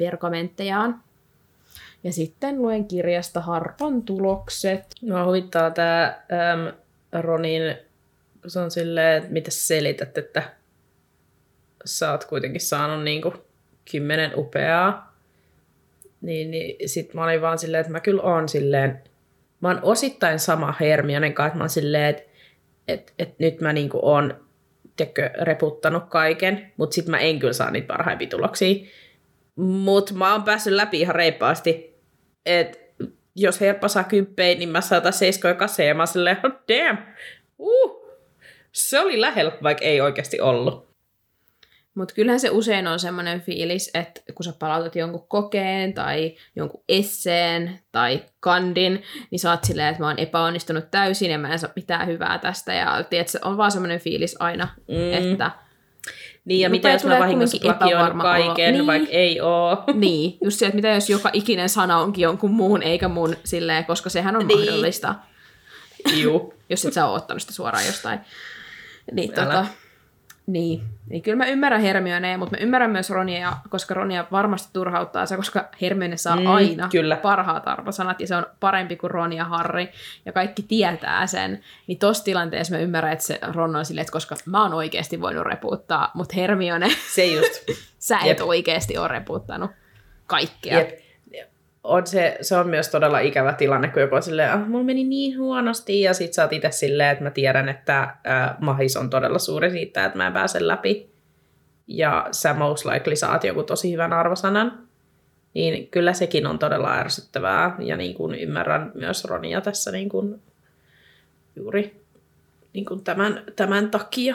pergamenttejaan. Ja sitten luen kirjasta Harpan tulokset. Mua huvittaa tää äm, Ronin, se on silleen, että mitä selität, että sä oot kuitenkin saanut niinku kymmenen upeaa. Niin, niin sit mä olin vaan silleen, että mä kyllä oon silleen, mä oon osittain sama Hermionen kanssa, että mä oon silleen, että et, et nyt mä niinku oon tiedätkö, reputtanut kaiken, mutta sit mä en kyllä saa niitä parhaimpia tuloksia. Mut mä oon päässyt läpi ihan reippaasti, että jos Herppa saa kymppejä, niin mä saan taas seiskoja kaseja, ja mä oon silleen, oh damn, uh, se oli lähellä, vaikka ei oikeasti ollut. Mutta kyllähän se usein on semmoinen fiilis, että kun sä palautat jonkun kokeen tai jonkun esseen tai kandin, niin sä oot silleen, että mä oon epäonnistunut täysin ja mä en saa mitään hyvää tästä. Ja tiedätkö, on vaan semmoinen fiilis aina, mm. että... Niin, ja mitä jos mä vahingossa plagioin kaiken, niin. Vaikka ei oo. Niin, just se, että mitä jos joka ikinen sana onkin jonkun muun eikä mun silleen, koska sehän on niin. mahdollista. Juu. Jos et sä oo ottanut sitä suoraan jostain. Niin, tota... Niin. niin, kyllä mä ymmärrän Hermionea, mutta mä ymmärrän myös Ronia, koska Ronia varmasti turhauttaa se, koska Hermione saa mm, aina kyllä. parhaat arvosanat, ja se on parempi kuin Ron ja Harry, ja kaikki tietää sen. Niin tossa tilanteessa mä ymmärrän, että se Ron on silleen, että koska mä oon oikeasti voinut repuuttaa, mutta Hermione, se just. sä et Jep. oikeasti ole repuuttanut kaikkea. Jep. On se, se on myös todella ikävä tilanne, kun joku on silleen, ah, mulla meni niin huonosti, ja sit sä oot itse silleen, että mä tiedän, että äh, mahis on todella suuri siitä, että mä en pääse läpi, ja sä most likely saat joku tosi hyvän arvosanan, niin kyllä sekin on todella ärsyttävää, ja niin kuin ymmärrän myös Ronia tässä niin kuin juuri niin kuin tämän, tämän takia.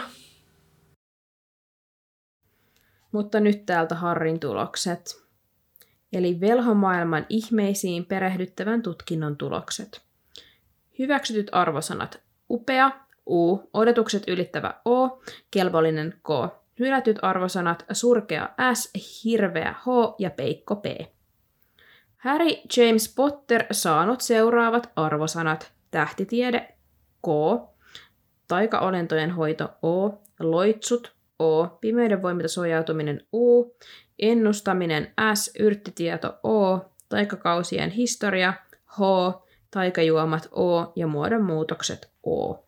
Mutta nyt täältä Harryn tulokset. Eli velhomaailman ihmeisiin perehdyttävän tutkinnon tulokset. Hyväksytyt arvosanat upea, U, odotukset ylittävä O, kelvollinen K. Hylätyt arvosanat surkea S, hirveä H ja peikko P. Harry James Potter saanut seuraavat arvosanat. Tähtitiede K, taikaolentojen hoito O, loitsut O, pimeyden voimilta suojautuminen U, ennustaminen S, yrttitieto O, taikakausien historia H, taikajuomat O ja muodonmuutokset O.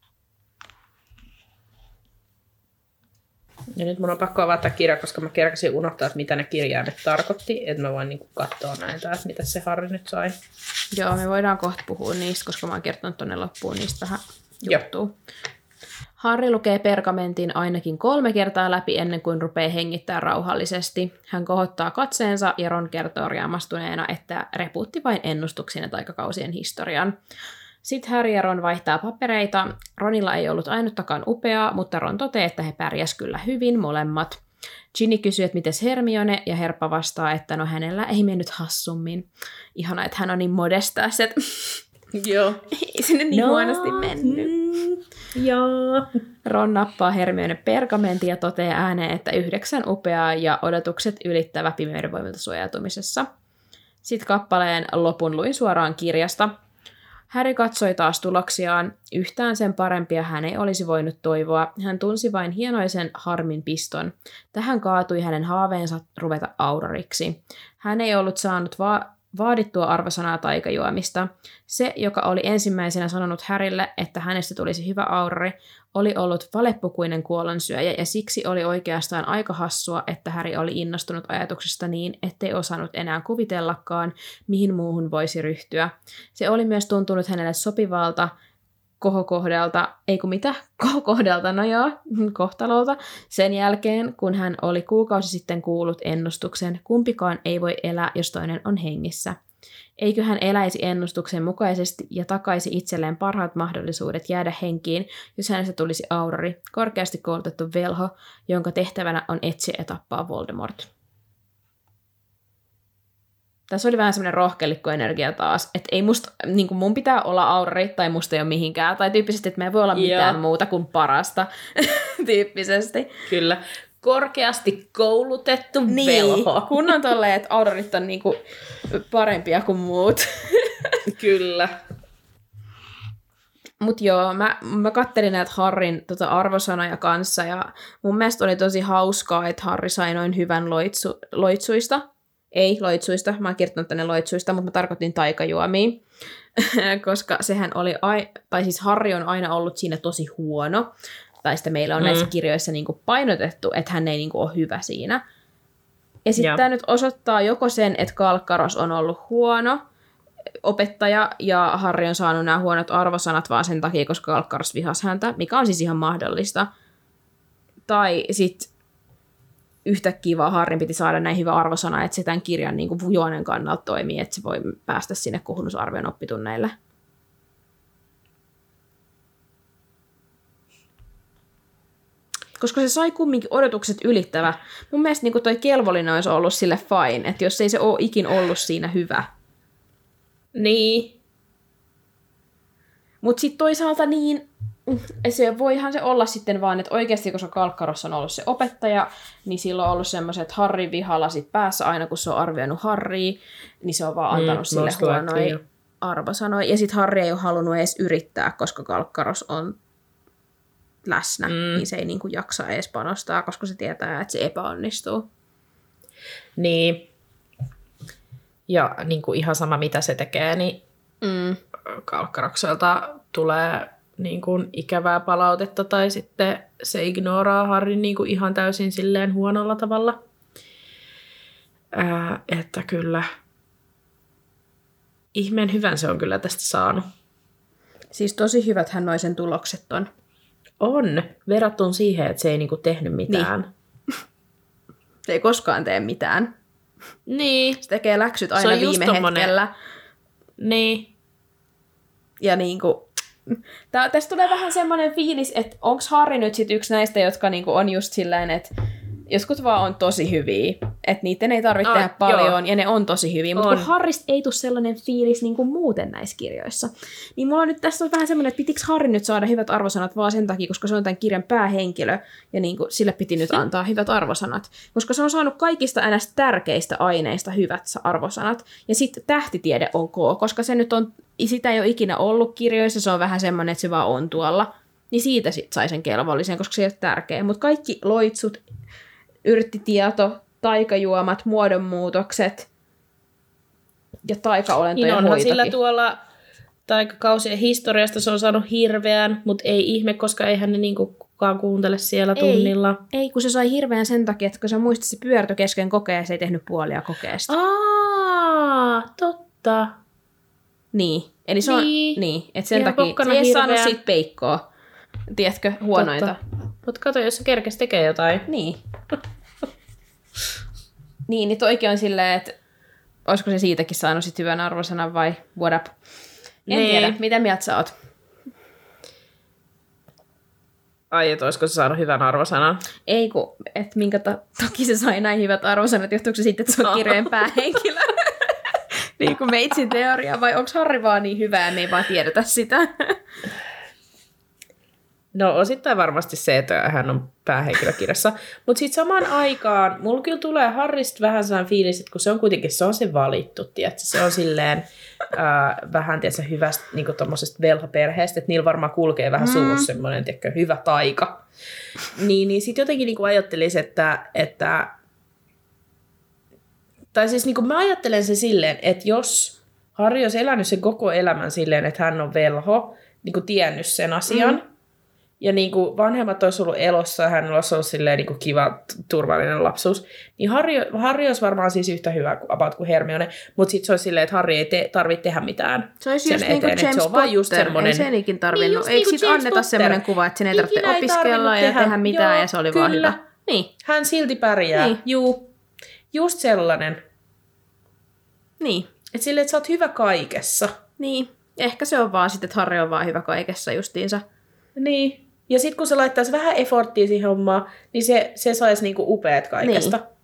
Ja nyt mun on pakko avata kirja, koska mä kerkäsin unohtaa, että mitä ne kirjaimet tarkoitti, että mä voin niinku katsoa näitä, että mitä se Harry nyt sai. Joo, me voidaan kohta puhua niistä, koska mä oon kertonut tonne loppuun niistä vähän juttua. Harry lukee pergamentin ainakin kolme kertaa läpi ennen kuin rupeaa hengittämään rauhallisesti. Hän kohottaa katseensa ja Ron kertoo riemastuneena, että repuutti vain ennustuksen ja taikakausien historian. Sitten Harry ja Ron vaihtaa papereita. Ronilla ei ollut ainuttakaan upeaa, mutta Ron toteaa, että he pärjäs kyllä hyvin molemmat. Ginny kysyy, että mites Hermione, ja Herppa vastaa, että no hänellä ei mennyt hassummin. Ihana, että hän on niin modestas, että joo. ei sinne niin no. huonosti mennyt. Joo. Ron nappaa Hermione pergamentin ja toteaa ääneen, että yhdeksän upeaa ja odotukset ylittävä pimeyden voimilta suojautumisessa. Sitten kappaleen lopun luin suoraan kirjasta. Harry katsoi taas tuloksiaan. Yhtään sen parempia hän ei olisi voinut toivoa. Hän tunsi vain hienoisen harmin piston. Tähän kaatui hänen haaveensa ruveta auroriksi. Hän ei ollut saanut va- vaadittua arvosanaa taikajuomista. Se, joka oli ensimmäisenä sanonut Harrylle, että hänestä tulisi hyvä aurori, oli ollut valepukuinen kuollonsyöjä, ja siksi oli oikeastaan aika hassua, että Harry oli innostunut ajatuksesta niin, ettei osannut enää kuvitellakaan, mihin muuhun voisi ryhtyä. Se oli myös tuntunut hänelle sopivalta kohokohdalta, ei kun mitä, kohokohdalta, no joo, kohtalolta, sen jälkeen, kun hän oli kuukausi sitten kuullut ennustuksen, kumpikaan ei voi elää, jos toinen on hengissä. Eikö hän eläisi ennustuksen mukaisesti ja takaisi itselleen parhaat mahdollisuudet jäädä henkiin, jos hänestä tulisi aurori, korkeasti koulutettu velho, jonka tehtävänä on etsiä ja tappaa Voldemort. Tässä oli vähän semmoinen rohkelikkoenergia taas, että ei musta, niin kuin mun pitää olla aurori tai musta ei ole mihinkään, tai tyyppisesti, että me ei voi olla mitään Joo. muuta kuin parasta, tyyppisesti. Kyllä. Korkeasti koulutettu niin, velho. Kun on tolleen, että aurorit on niinku parempia kuin muut. Kyllä. Mut joo, mä, mä kattelin näitä Harryn tota arvosanoja kanssa, ja mun mielestä oli tosi hauskaa, että Harry sai noin hyvän loitsu, loitsuista. Ei loitsuista, mä oon kirjoittanut tänne loitsuista, mutta mä tarkoitin taikajuomia, koska sehän oli, ai- tai siis Harry on aina ollut siinä tosi huono, tai sitten meillä on mm. näissä kirjoissa niin kuin painotettu, että hän ei niin kuin ole hyvä siinä. Ja sitten tämä nyt osoittaa joko sen, että Kalkkaros on ollut huono opettaja, ja Harry on saanut nämä huonot arvosanat vaan sen takia, koska Kalkkaros vihasi häntä, mikä on siis ihan mahdollista. Tai sitten yhtäkkiä vaan Harryn piti saada näin hyvä arvosana, että se tämän kirjan niin kuin juonen kannalta toimii, että se voi päästä sinne kuhunusarvion oppitunneille. Koska se sai kumminkin odotukset ylittävä. Mun mielestä niin kuin toi kelvollinen olisi ollut sille fine, että jos ei se ole ikin ollut siinä hyvä. Niin. Mutta sitten toisaalta niin, se voihan se olla sitten vaan, että oikeasti koska Kalkkaros on ollut se opettaja, niin silloin on ollut semmoiset Harry vihalla sit päässä aina, kun se on arvioinut Harrya, niin se on vaan antanut mm, sille huonoja arvosanoja. Ja sitten Harry ei ole halunnut edes yrittää, koska Kalkkaros on läsnä, mm. niin se ei niinku jaksa edes panostaa, koska se tietää, että se epäonnistuu. Niin. Ja niin kuin ihan sama mitä se tekee, niin mm. Kalkkarokselta tulee niin kuin ikävää palautetta tai sitten se ignoraa Harryn niin kuin ihan täysin silleen huonolla tavalla. Ää, että kyllä ihmeen hyvän se on kyllä tästä saanut. Siis tosi hyvät hän noisen tulokset on. On, verrattuna siihen, että se ei niin kuin tehnyt mitään. Niin. Se ei koskaan tee mitään. Niin. Se tekee läksyt aina viime tommonen... hetkellä. Niin. Ja niinku, tää, tästä tulee vähän semmoinen fiilis, että onko Harry nyt sit yksi näistä, jotka niinku on just silleen, että jotkut vaan on tosi hyviä. Että niiden ei tarvitse ah, tehdä paljon joo. ja ne on tosi hyviä. Mutta kun Harrysta ei tule sellainen fiilis niinku muuten näissä kirjoissa. Niin mulla on nyt tässä on vähän semmoinen, että pitikö Harry nyt saada hyvät arvosanat vaan sen takia, koska se on tämän kirjan päähenkilö. Ja niinku sille piti nyt antaa hyvät arvosanat. Koska se on saanut kaikista ns. Tärkeistä aineista hyvät arvosanat. Ja sitten tähtitiede on K, koska se nyt on, sitä ei ole ikinä ollut kirjoissa. Se on vähän semmoinen, että se vaan on tuolla. Niin siitä sitten sai sen kelvollisen, koska se ei ole tärkeä. Mutta kaikki loitsut, yrttitieto, taikajuomat, muodonmuutokset ja taikaolentojen niin onhan hoitokin. Sillä tuolla taikakausien historiasta se on saanut hirveän, mutta ei ihme, koska eihän ne niinku kukaan kuuntele siellä tunnilla. Ei, ei, kun se sai hirveän sen takia, että kun sä muistat, se pyörtö kesken kokea, se ei tehnyt puolia kokeesta. Aa, totta. Niin, eli se on, niin, niin että sen takia se ei hirveän. Saanut siitä peikkoa, tiedätkö, huonoita. Mutta kato, jos se kerkes tekee jotain. Niin. Niin, niin toikin on silleen, että olisiko se siitäkin saanut sit hyvän arvosanan vai what up? En nee. tiedä, mitä mieltä sä oot? Ai, että olisiko se saanut hyvän arvosanan? Ei, kun, että minkä ta- toki se sai näin hyvät arvosanat, johtuuko se sitten, että se on kirjojen päähenkilö? Niin kuin meitsin teoria, vai onko Harry vaan niin hyvä ja me ei vaan tiedetä sitä? No osittain varmasti se, että hän on päähenkilökirjassa. Mutta sitten samaan aikaan, mulla kyllä tulee Harrysta vähän sellainen fiilis, että kun se on kuitenkin, se on se valittu, tiedätkö? Se on silleen ää, vähän, tiedätkö, hyvästä niinku tommosesta velhoperheestä, että niillä varmaan kulkee vähän mm. suussa semmoinen, tiedätkö, hyvä taika. Niin, niin sitten jotenkin niinku ajattelisi, että, että tai siis niinku mä ajattelen se silleen, että jos Harry olisi elänyt sen koko elämän silleen, että hän on velho, niinku tiennyt sen asian, mm. ja niin kuin vanhemmat olisi ollut elossa ja hänellä olisi ollut silleen niin kuin kiva, turvallinen lapsuus, niin Harry, Harry olisi varmaan siis yhtä hyvä about kuin Hermione, mutta sitten se olisi silleen, että Harry ei te, tarvitse tehdä mitään. Se olisi just niin kuin James Potter, semmonen... ei sen ikin tarvinnut. Niin Eikö niin sitten anneta semmoinen kuva, että sen ei tarvitse Ikinä opiskella ei ja tehdä, tehdä mitään joo, ja se oli kyllä. Vaan hyvä. Niin. Hän silti pärjää. Niin. Juu. Just sellainen. Niin. Että silleen, että sä oot hyvä kaikessa. Niin. Ehkä se on vaan sitten, että Harry on vaan hyvä kaikessa justiinsa. Niin. Ja sitten kun se laittaisi vähän efforttia siihen hommaan, niin se, se saisi niinku upeat kaikesta. Niin.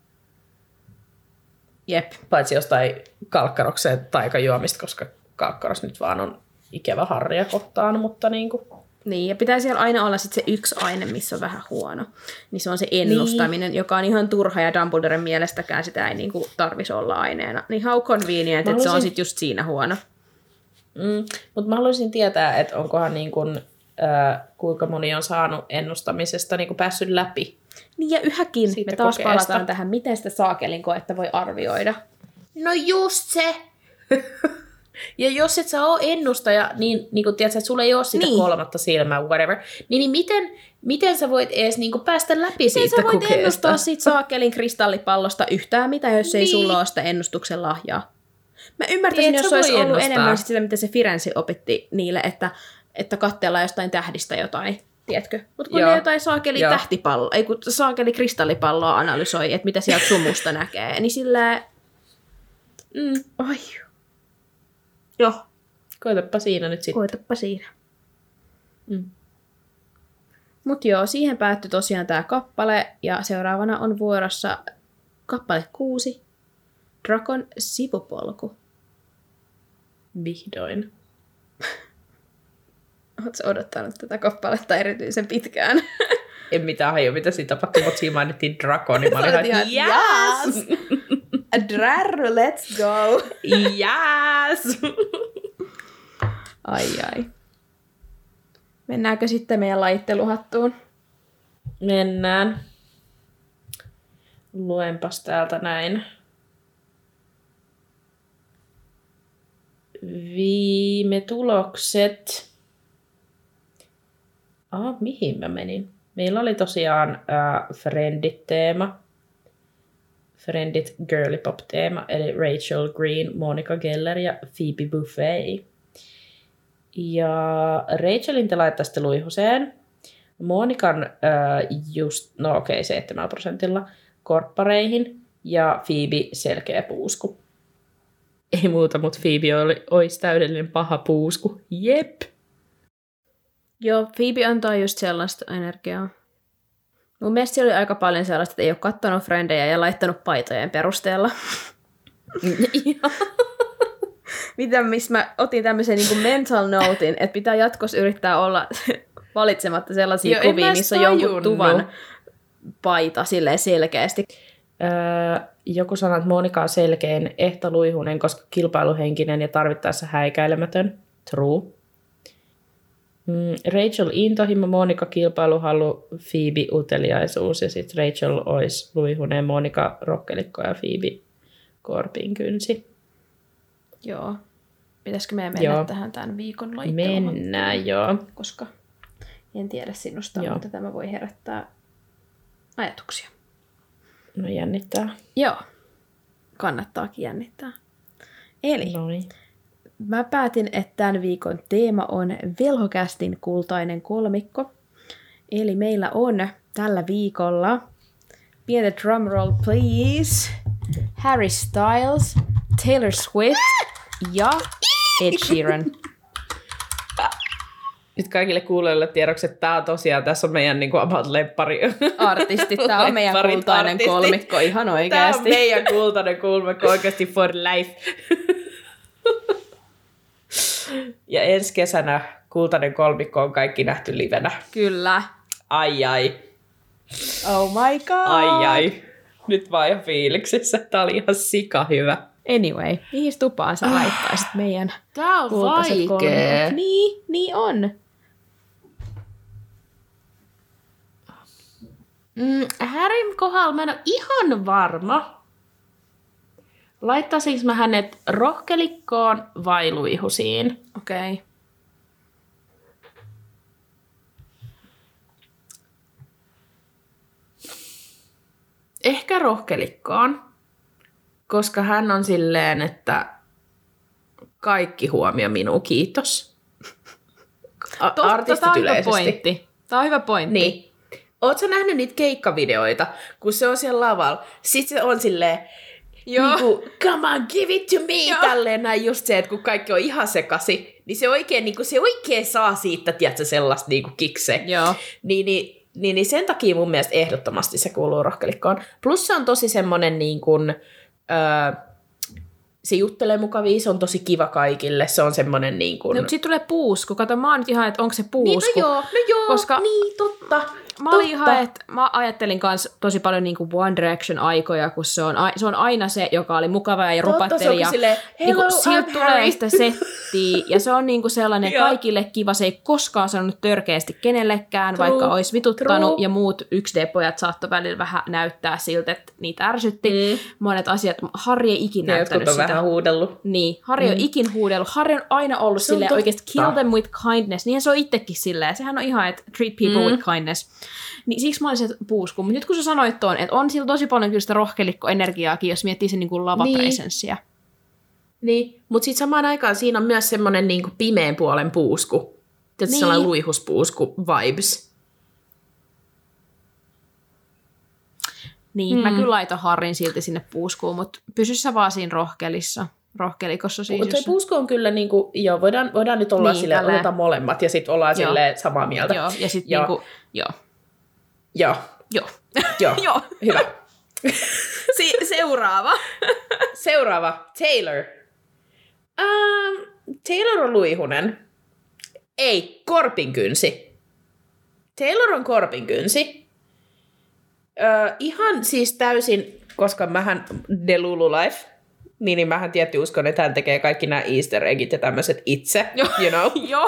Jep. Paitsi jostain Kalkkarokseen taikajuomista, koska Kalkkaros nyt vaan on ikävä Harrya kohtaan, mutta niinku... Niin, ja pitää siellä aina olla sit se yksi aine, missä on vähän huono. Niin se on se ennustaminen, niin. Joka on ihan turha, ja Dumbledoren mielestäkään sitä ei niinku tarvitsisi olla aineena. Niin how convenient, että haluaisin... se on sitten just siinä huono. Mm, mutta mä haluaisin tietää, että onkohan niin kun, äh, kuinka moni on saanut ennustamisesta niin kun päässyt läpi. Niin ja yhäkin me taas kokeesta. Palataan tähän, miten sitä saakelin koetta voi arvioida. No just se. Ja jos et sä oo ennustaja, niin, niin kun tiedät, että sulla ei ole sitä Niin. kolmatta silmää, whatever, niin, niin miten, miten sä voit edes niin kuin päästä läpi Miten siitä sä voit kokeesta? ennustaa siitä saakelin kristallipallosta yhtään mitä, jos ei Niin. sulla ole sitä ennustuksen lahjaa? Mä ymmärtäisin, Niin, et jos sä olisi voi ollut ennustaa. enemmän sit sitä, mitä se Firenze opetti niille, että, että katsellaan jostain tähdistä jotain, tiedätkö? Mutta kun Joo. ne jotain saakeli Joo. tähtipalloa, ei kun saakeli kristallipalloa analysoi, että mitä sieltä sumusta näkee, niin sillä... Mm, oi. Joo, Koetapa siinä nyt sitten. koetapa siinä. Mm. Mut joo, siihen päättyi tosiaan tää kappale, ja seuraavana on vuorossa kappale kuusi, Drakon sivupolku. Vihdoin. Ootko odottanut tätä kappaletta erityisen pitkään? En mitään hajua, mitä siinä tapahtui, mutta siinä mainittiin Draco, niin mä olin Sä ihan, olet ihan, yes! Drarru, let's go! Yes! Ai ai. Mennäänkö sitten meidän lajitteluhattuun? Mennään. Luenpas täältä näin. Viime tulokset. Ah, mihin mä menin? Meillä oli tosiaan äh, Friendit-teema. Friendit Girly Pop-teema, eli Rachel Green, Monica Geller ja Phoebe Buffay. Ja Rachelin te laittaisitte luihuseen. Monikan äh, just, no okei, okay, seitsemän prosentilla korppareihin. Ja Phoebe selkeä puusku. Ei muuta, mutta Phoebe oli, olisi täydellinen paha puusku. Jep. Joo, Phoebe antaa just sellaista energiaa. Mun mielestä siellä oli aika paljon sellaista, että ei ole kattonut frendejä ja laittanut paitojen perusteella. Mitä, missä mä otin tämmöisen niin kuin mental notein, että pitää jatkossa yrittää olla valitsematta sellaisia Joo, en kuvia, mä missä on jonkun tajunnut. tuvan paita silleen selkeästi. Öö, joku sanoo, että Monika on selkein ehtoluihunen, koska kilpailuhenkinen ja tarvittaessa häikäilemätön. True. Mm, Rachel intohimo, Monika kilpailuhalu, Phoebe uteliaisuus ja sitten Rachel olisi luihunen, Monika rokkelikko ja Phoebe korpin kynsi. Joo. Pitäisikö meidän mennä Joo. tähän tämän viikon laitteluun? Mennään, joo. Koska en tiedä sinusta, Joo. mutta tämä voi herättää ajatuksia. No jännittää. Joo. Kannattaakin jännittää. Eli No niin. mä päätin, että tämän viikon teema on Velhokästin kultainen kolmikko. Eli meillä on tällä viikolla, pientä drumroll please, Harry Styles, Taylor Swift ja Ed Sheeran. Nyt kaikille kuulijoille tiedoksi, että tämä on tosiaan, tässä on meidän niin kuin about lemppari. Artistit, tämä on meidän Lempparit kultainen artistit. kolmikko ihan Tämä on oikeasti. meidän kultainen kolmikko oikeasti for life. Ja ensi kesänä kultainen kolmikko on kaikki nähty livenä. Kyllä. Ai ai, Oh my god. ai ai. Nyt vaan jo fiiliksissä. Tää oli ihan sika hyvä. Anyway, mihin tupaan sä laittaisit meidän Tää on kultaiset kolmikot? Niin, niin on. Mm, Harryn kohdalla mä en ole ihan varma. Laittaisinko mä hänet rohkelikkoon vai luihusiin? Okei. Okay. Ehkä rohkelikkoon, koska hän on silleen, että kaikki huomio minun, kiitos. A- Totta, artistit tää on hyvä yleisesti. pointti. Tää on hyvä pointti. Niin. Ootko nähnyt niitä keikkavideoita, kun se on siellä lavalla? Sitten se on silleen, Joo. niinku, come on, give it to me, Joo. tälleen näin just se, että kun kaikki on ihan sekasi, niin se oikein, niinku, se oikein saa siitä, tiedätkö, sellaista niinku kikse. Joo. Niin, niin, niin, niin sen takia mun mielestä ehdottomasti se kuuluu rohkelikkoon. Plus se on tosi semmonen niin kuin, öö, se juttelee mukavia, se on tosi kiva kaikille, se on semmonen niin kuin... No, sit tulee puusku. Kato, mä oon nyt ihan, että onko se niin, puusku. no joo, no joo, koska niin totta. Mä olin ihan, että mä ajattelin kans tosi paljon niinku One Direction-aikoja, kun se on, se on aina se, joka oli mukava ja rupatteli. Ja silleen, niinku, sieltä I'm tulee Harry. sitä settiä, ja se on niinku sellainen kaikille kiva. Se ei koskaan sanonut törkeästi kenellekään, True. vaikka olisi vituttanut. True. Ja muut yksi D-pojat saattoi välillä vähän näyttää siltä, että niitä ärsytti. Mm. Monet asiat. Harri ei ikin ja näyttänyt on sitä. vähän huudellut. Niin, Harri mm. on ikin huudellut. Harri on aina ollut silleen oikeasti kill them with kindness. Niinhän se on itsekin silleen. Sehän on ihan, että treat people mm. with kindness. Niin siksi mä olin se puusku. Mutta nyt kun sä sanoit tuon, että on sillä tosi paljon kyllä sitä rohkelikko-energiaakin, jos miettii sen niin lavapresenssiä. Niin, niin. Mutta sitten samaan aikaan siinä on myös semmoinen niin pimeän puolen puusku. Tietysti niin. Sellainen luihuspuusku vibes. Niin, hmm. mä kyllä laitan Harrin silti sinne puuskuun, mutta pysy sä vaan siinä rohkelissa. Rohkelikossa siis. Mutta puusku on kyllä, niin kuin, joo, voidaan, voidaan nyt olla niin, silleen, otetaan molemmat ja sitten ollaan joo. silleen samaa mieltä. Joo, ja sitten niinku, joo. Joo. Joo. Joo. Joo. Hyvä. Si- seuraava. Seuraava. Taylor. Um, Taylor on luihunen. Ei, korpinkynsi. Taylor on korpinkynsi. Ö, ihan siis täysin, koska mähän Delulu Life, niin, niin mähän tietty uskon, että hän tekee kaikki nämä easter eggit ja tämmöiset itse, you know? Joo.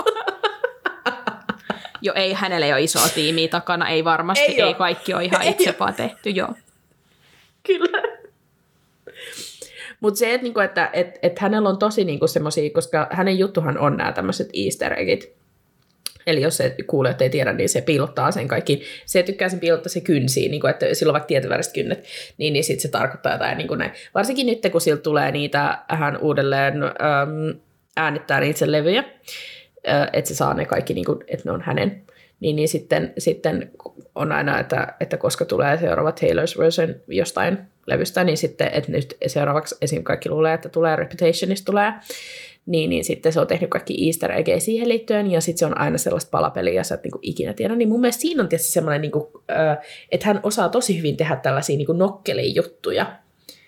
Jo ei, hänellä ei ole isoa tiimiä takana, ei varmasti, ei, ei kaikki ole ihan itse vaan tehty, joo. Kyllä. Mutta se, että niinku, että et, et hänellä on tosi niinku semmosia, koska hänen juttuhan on nämä tämmöiset easter eggit. Eli jos se kuulijat ei tiedä, niin se piilottaa sen kaikki. Se tykkää sen piilottaa se kynsiin, niin kuin, että sillä on vaikka tietyväriset kynnet, niin, niin sitten se tarkoittaa jotain niin kuin näin. Varsinkin nyt, kun siltä tulee niitä, hän uudelleen äm, äänittää niitä levyjä, äh, että se saa ne kaikki, niin kuin, että ne on hänen. Niin, niin sitten, sitten on aina, että, että koska tulee seuraava Taylor's version jostain levystä, niin sitten, että nyt seuraavaksi esim. Kaikki luulee, että tulee Reputationista tulee. Niin, niin sitten se on tehnyt kaikki easter eggejä siihen liittyen, ja sitten se on aina sellaista palapeliä, ja sä et niinku ikinä tiedä. Niin mun mielestä siinä on tietysti semmoinen, niinku, äh, että hän osaa tosi hyvin tehdä tällaisia niinku nokkelia juttuja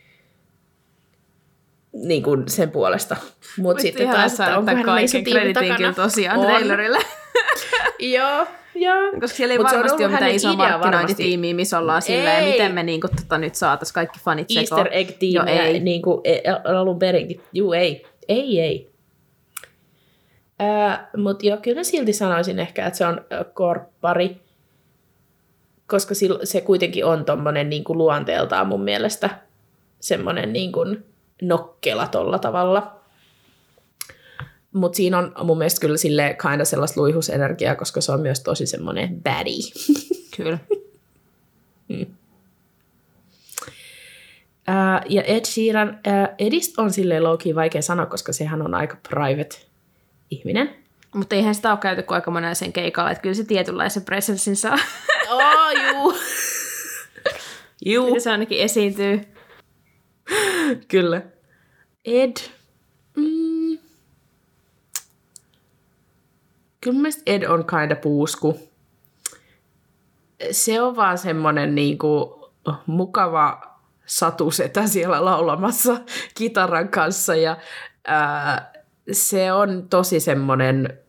niinku sen puolesta. Mutta sitten taas, että onko hän iso tiimi takana? Tosiaan Taylorille. Joo. Joo. Koska siellä ei Mut varmasti ole mitään isoa markkinointitiimiä, missä ollaan silleen, miten me niinku, tota, nyt saataisiin kaikki fanit sekoon. Easter egg-tiimiä niinku, alun perinkin. Juu, ei. Ei, ei. Äh, Mutta joo, kyllä silti sanoisin ehkä, että se on korppari, koska se kuitenkin on tommonen niinku luonteeltaan mun mielestä semmonen niinku nokkela tolla tavalla. Mutta siinä on mun mielestä kyllä silleen kinda sellaista luihusenergiaa, koska se on myös tosi semmoinen baddie. Kyllä. hmm. Uh, ja Ed Sheeran, uh, Edistä on silleen low-key vaikea sanoa, koska sehän on aika private ihminen. Mutta eihän sitä ole käyty kuin aika monen sen keikalla, että kyllä se tietynlaisen presenssin saa. Oh, juu. Juu. Se ainakin esiintyy. Kyllä. Ed. Mm. Kyllä mun mielestä Ed on kinda puusku. Se on vaan semmonen niinku mukava satusetä siellä laulamassa kitaran kanssa ja ää, se on tosi semmonen,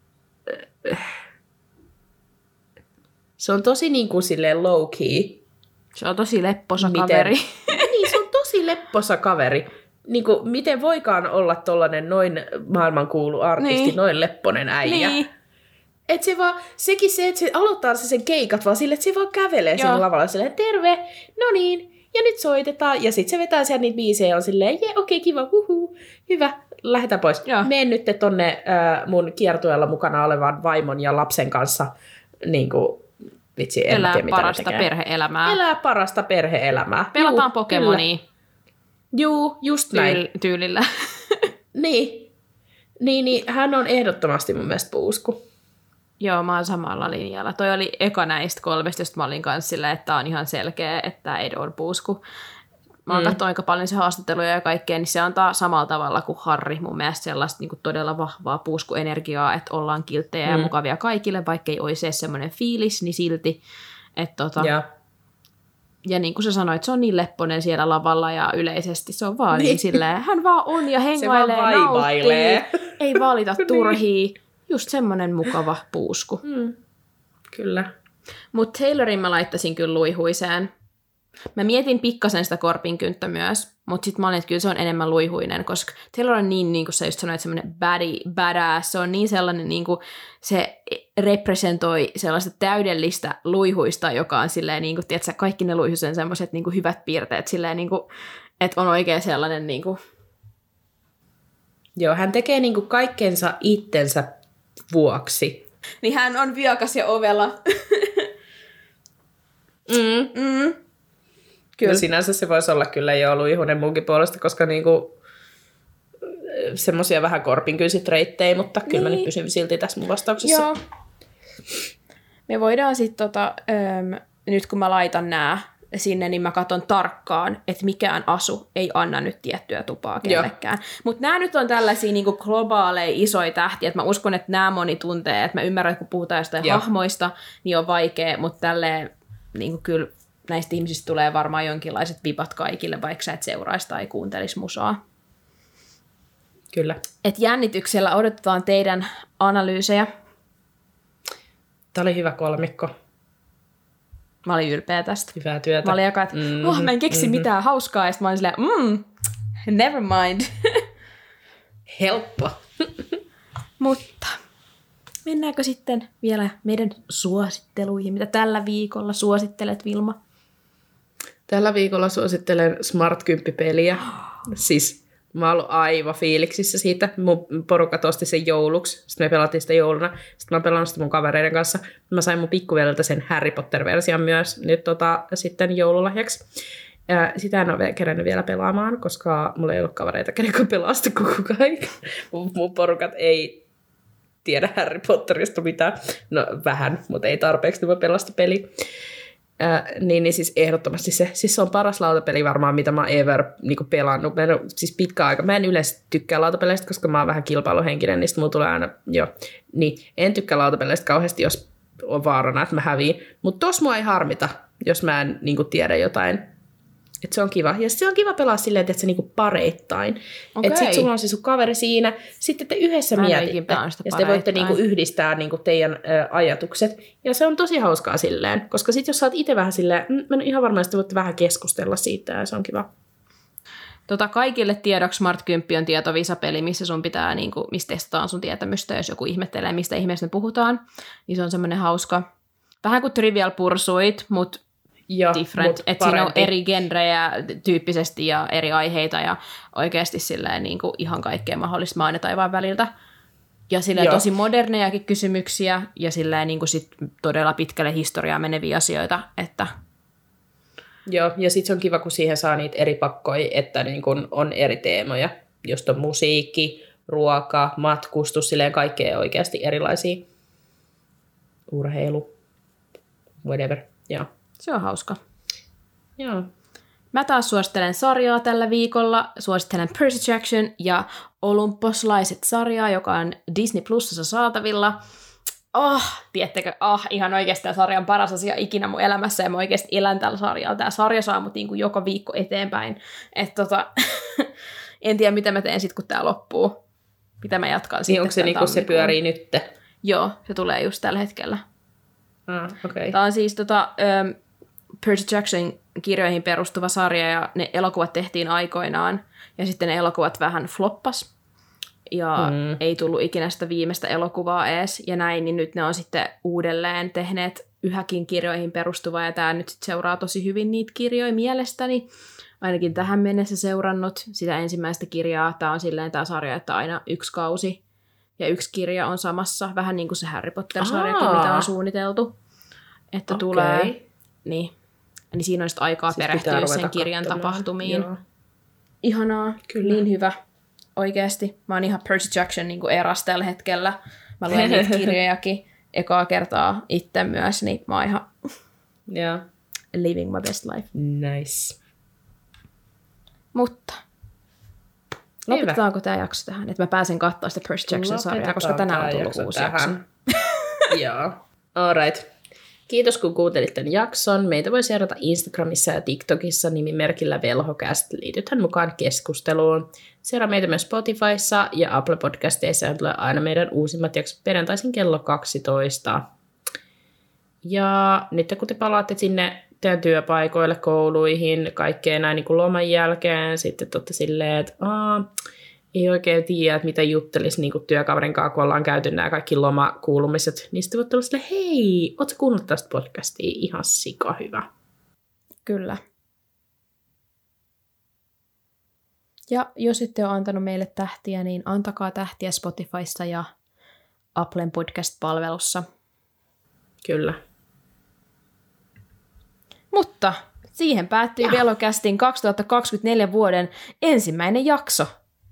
se on tosi niin kuin silleen low key. Se on tosi lepposa miten, kaveri. Niin, se on tosi lepposa kaveri. Niin kuin, miten voikaan olla tollanen noin maailmankuulu artisti, niin. Noin lepponen äijä. Niin. Et se vaan, sekin se, että se aloittaa se sen keikat vaan silleen, että se vaan kävelee Joo. sen lavalla silleen, terve, no niin. Ja nyt soitetaan, ja sitten se vetää sieltä niitä biisejä, ja on silleen, jee, okei, okay, kiva, huhu, hyvä, lähdetään pois. Joo. Meen nyt tonne äh, mun kiertueella mukana olevan vaimon ja lapsen kanssa, niin kuin, vitsi, en elää tiedä, mitä parasta perhe-elämää. Elää parasta perhe-elämää. Pelataan Juu, Pokemonia. Juu, just näin. Tyyl- tyylillä. niin. niin, niin, hän on ehdottomasti mun mielestä puusku. Joo, mä oon samalla linjalla. Toi oli eka näistä kolmesta, josta mä olin kanssa silleen, että tää on ihan selkeä, että Ed on puusku. Mä oon mm. katsonut aika paljon se haastatteluja ja kaikkea, niin se antaa samalla tavalla kuin Harri mun mielestä sellaista niin kuin todella vahvaa puuskuenergiaa, että ollaan kilttejä mm. ja mukavia kaikille, vaikka ei olisi edes semmoinen fiilis, niin silti. Että tota, ja. ja niin kuin sä sanoit, se on niin lepponen siellä lavalla ja yleisesti se on vaan niin, niin silleen, hän vaan on ja hengailee, nauttii, ei valita turhia. Just semmoinen mukava puusku. Mm. Kyllä. Mutta Taylorin mä laittaisin kyllä luihuiseen. Mä mietin pikkasen sitä korpinkynttä myös, mutta sitten mä olin, että kyllä se on enemmän luihuinen, koska Taylor on niin, niin kuin sä just sanoit, semmoinen baddie, badass, se on niin sellainen, niin kuin, se representoi sellaista täydellistä luihuista, joka on silleen, niin kuin, tiedätkö, kaikki ne luihuisen semmoiset niin kuin hyvät piirteet, silleen, niin kuin, että on oikein sellainen... Niin kuin... Joo, hän tekee niin kuin kaikkensa itsensä vuoksi. Niin hän on viekas ja ovela. mm. Mm. Kyllä. No sinänsä se voisi olla kyllä jo luihunen munkin puolesta, koska niinku semmoisia vähän korpinkynsit-reittejä, mutta kyllä niin. Mä nyt pysyn silti tässä mun vastauksessa. Joo. Me voidaan sitten, tota, nyt kun mä laitan nämä sinne, niin mä katson tarkkaan, että mikään asu ei anna nyt tiettyä tupaa kellekään. Mutta nämä nyt on tällaisia niinku globaaleja isoja tähtiä, että mä uskon, että nämä moni tuntee, että mä ymmärrän, että kun puhutaan jostain Joo. hahmoista, niin on vaikea, mutta tälleen niinku kyllä näistä ihmisistä tulee varmaan jonkinlaiset vipat kaikille, vaikka sä et seuraisi tai kuuntelisi musaa. Kyllä. Et jännityksellä odotetaan teidän analyysejä. Tämä oli hyvä kolmikko. Mä olin ylpeä tästä. Hyvää työtä. Mä olin joka, että mm-hmm, oh, mä en keksi mm-hmm. mitään hauskaa. Ja sitten mä olin silleen, mm, never mind. Helppo. Mutta mennäänkö sitten vielä meidän suositteluihin? Mitä tällä viikolla suosittelet, Vilma? Tällä viikolla suosittelen Smart kymmenen-peliä. Siis mä oon ollut aivan fiiliksissä siitä. Mun porukat osti sen jouluksi. Sitten me pelattiin sitä jouluna. Sitten mä oon pelannut sitä mun kavereiden kanssa. Mä sain mun pikkuveljeltä sen Harry Potter-version myös nyt tota, sitten joululahjaksi. Ja sitä en ole kerännyt vielä pelaamaan, koska mulla ei ollut kavereita, kenen kanssa pelaa sitä koko ajan. Mun, mun porukat ei tiedä Harry Potterista mitään. No vähän, mutta ei tarpeeksi, niin mä pelastin peli. Äh, niin, niin siis ehdottomasti se. Siis se on paras lautapeli varmaan, mitä mä oon ever niin pelannut. Mä en ole, siis pitkä aika. Mä en yleensä tykkää lautapeleistä, koska mä oon vähän kilpailuhenkinen, niin sitten mulla tulee aina, joo. Niin, en tykkää lautapeleistä kauheasti, jos on vaarana, että mä häviin. Mutta tos mua ei harmita, jos mä en niin tiedä jotain. Että se on kiva. Ja se on kiva pelaa silleen, että se niinku pareittain. Okay. Että sit sulla on se sun kaveri siinä, sitten te yhdessä mä mietitte. Ja sitten voitte niinku yhdistää niinku teidän ä, ajatukset. Ja se on tosi hauskaa silleen. Koska sit jos sä oot itse vähän silleen, mä en ihan varmaan, että voitte vähän keskustella siitä ja se on kiva. Tota, kaikille tiedoksi Smart kymmenen on tietovisapeli, missä sun pitää, niinku, mistä testataan sun tietämystä, jos joku ihmettelee, mistä ihmeestä me puhutaan. Niin se on semmoinen hauska. Vähän kuin Trivial Pursuit, mutta ja, different, että siinä on eri genrejä tyyppisesti ja eri aiheita ja oikeasti silleen niin kuin ihan kaikkea mahdollista maan ja taivaan väliltä. Ja silleen Joo. tosi modernejakin kysymyksiä ja silleen niin kuin sit todella pitkälle historiaa meneviä asioita. Että... Joo, ja sitten se on kiva, kun siihen saa niitä eri pakkoja, että niin kun on eri teemoja, josta on musiikki, ruoka, matkustus, silleen kaikkea oikeasti erilaisia. Urheilu, whatever, joo. Se on hauska. Joo. Mä taas suosittelen sarjaa tällä viikolla. Suosittelen Percy Jackson ja Olymposlaiset-sarjaa, joka on Disney Plusassa saatavilla. Oh, tiedättekö, ah, ihan oikeasti tämä sarja on paras asia ikinä mun elämässä, ja mä oikeasti elän tällä sarjalla. Tämä sarja saa mut niinku joka viikko eteenpäin. Että tota, en tiedä, mitä mä teen sitten, kun tää loppuu. Mitä mä jatkan niin sitten. Onko se niinku se pyörii nytte? Joo, se tulee just tällä hetkellä. Ah, okay. Tämä on siis tota, um, Percy Jackson kirjoihin perustuva sarja, ja ne elokuvat tehtiin aikoinaan, ja sitten ne elokuvat vähän floppas, ja mm. ei tullut ikinä sitä viimeistä elokuvaa ees, ja näin, niin nyt ne on sitten uudelleen tehneet yhäkin kirjoihin perustuvaa, ja tämä nyt sitten seuraa tosi hyvin niitä kirjoja mielestäni, ainakin tähän mennessä seurannut sitä ensimmäistä kirjaa. Tämä on silleen tämä sarja, että aina yksi kausi ja yksi kirja on samassa, vähän niin kuin se Harry Potter-sarjakin, Aa. mitä on suunniteltu, että okay. tulee, niin, niin siinä on sitten aikaa siis perehtyä sen kirjan katsomaan. Tapahtumiin. Joo. Ihanaa, Kyllä. niin hyvä, oikeasti. Mä oon ihan Percy Jackson niin kuin eras tällä hetkellä. Mä luen niitä kirjojakin ekaa kertaa itse myös, niin mä oon ihan yeah. living my best life. Nice. Mutta lopetetaanko tämä jakso tähän, että mä pääsen katsoa sitä Percy Jackson-sarjaa, koska tänään on tullut uusi jakso. Joo. All right. Kiitos, kun kuuntelit tämän jakson. Meitä voi seurata Instagramissa ja TikTokissa nimimerkillä Velhocast. Liitythän mukaan keskusteluun. Seuraa meitä myös Spotifyssa ja Apple Podcasteissa, ja tulee aina meidän uusimmat jaksot perjantaisin kello kaksitoista. Ja nyt kun te palaatte sinne teidän työpaikoille, kouluihin, kaikkeen näin niin kuin loman jälkeen, sitten totta silleen, että Aa, ei oikein tiedä, että mitä juttelisi niin kuin työkaverin kanssa, kun ollaan käyty nämä kaikki lomakuulumiset, niin sitten voit olla silleen, hei, ootko kuunnellut tästä podcastia? Ihan sika hyvä. Kyllä. Ja jos ette ole antanut meille tähtiä, niin antakaa tähtiä Spotifyssa ja Applen podcast-palvelussa. Kyllä. Mutta siihen päättyi ja. Velocastin kaksituhattakaksikymmentäneljä vuoden ensimmäinen jakso.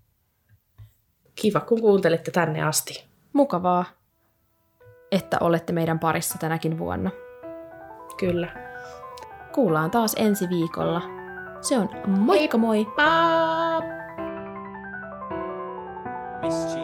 Kiva, kun kuuntelitte tänne asti. Mukavaa, että olette meidän parissa tänäkin vuonna. Kyllä. Kuullaan taas ensi viikolla. Se on moikka moi! Heippa! Miss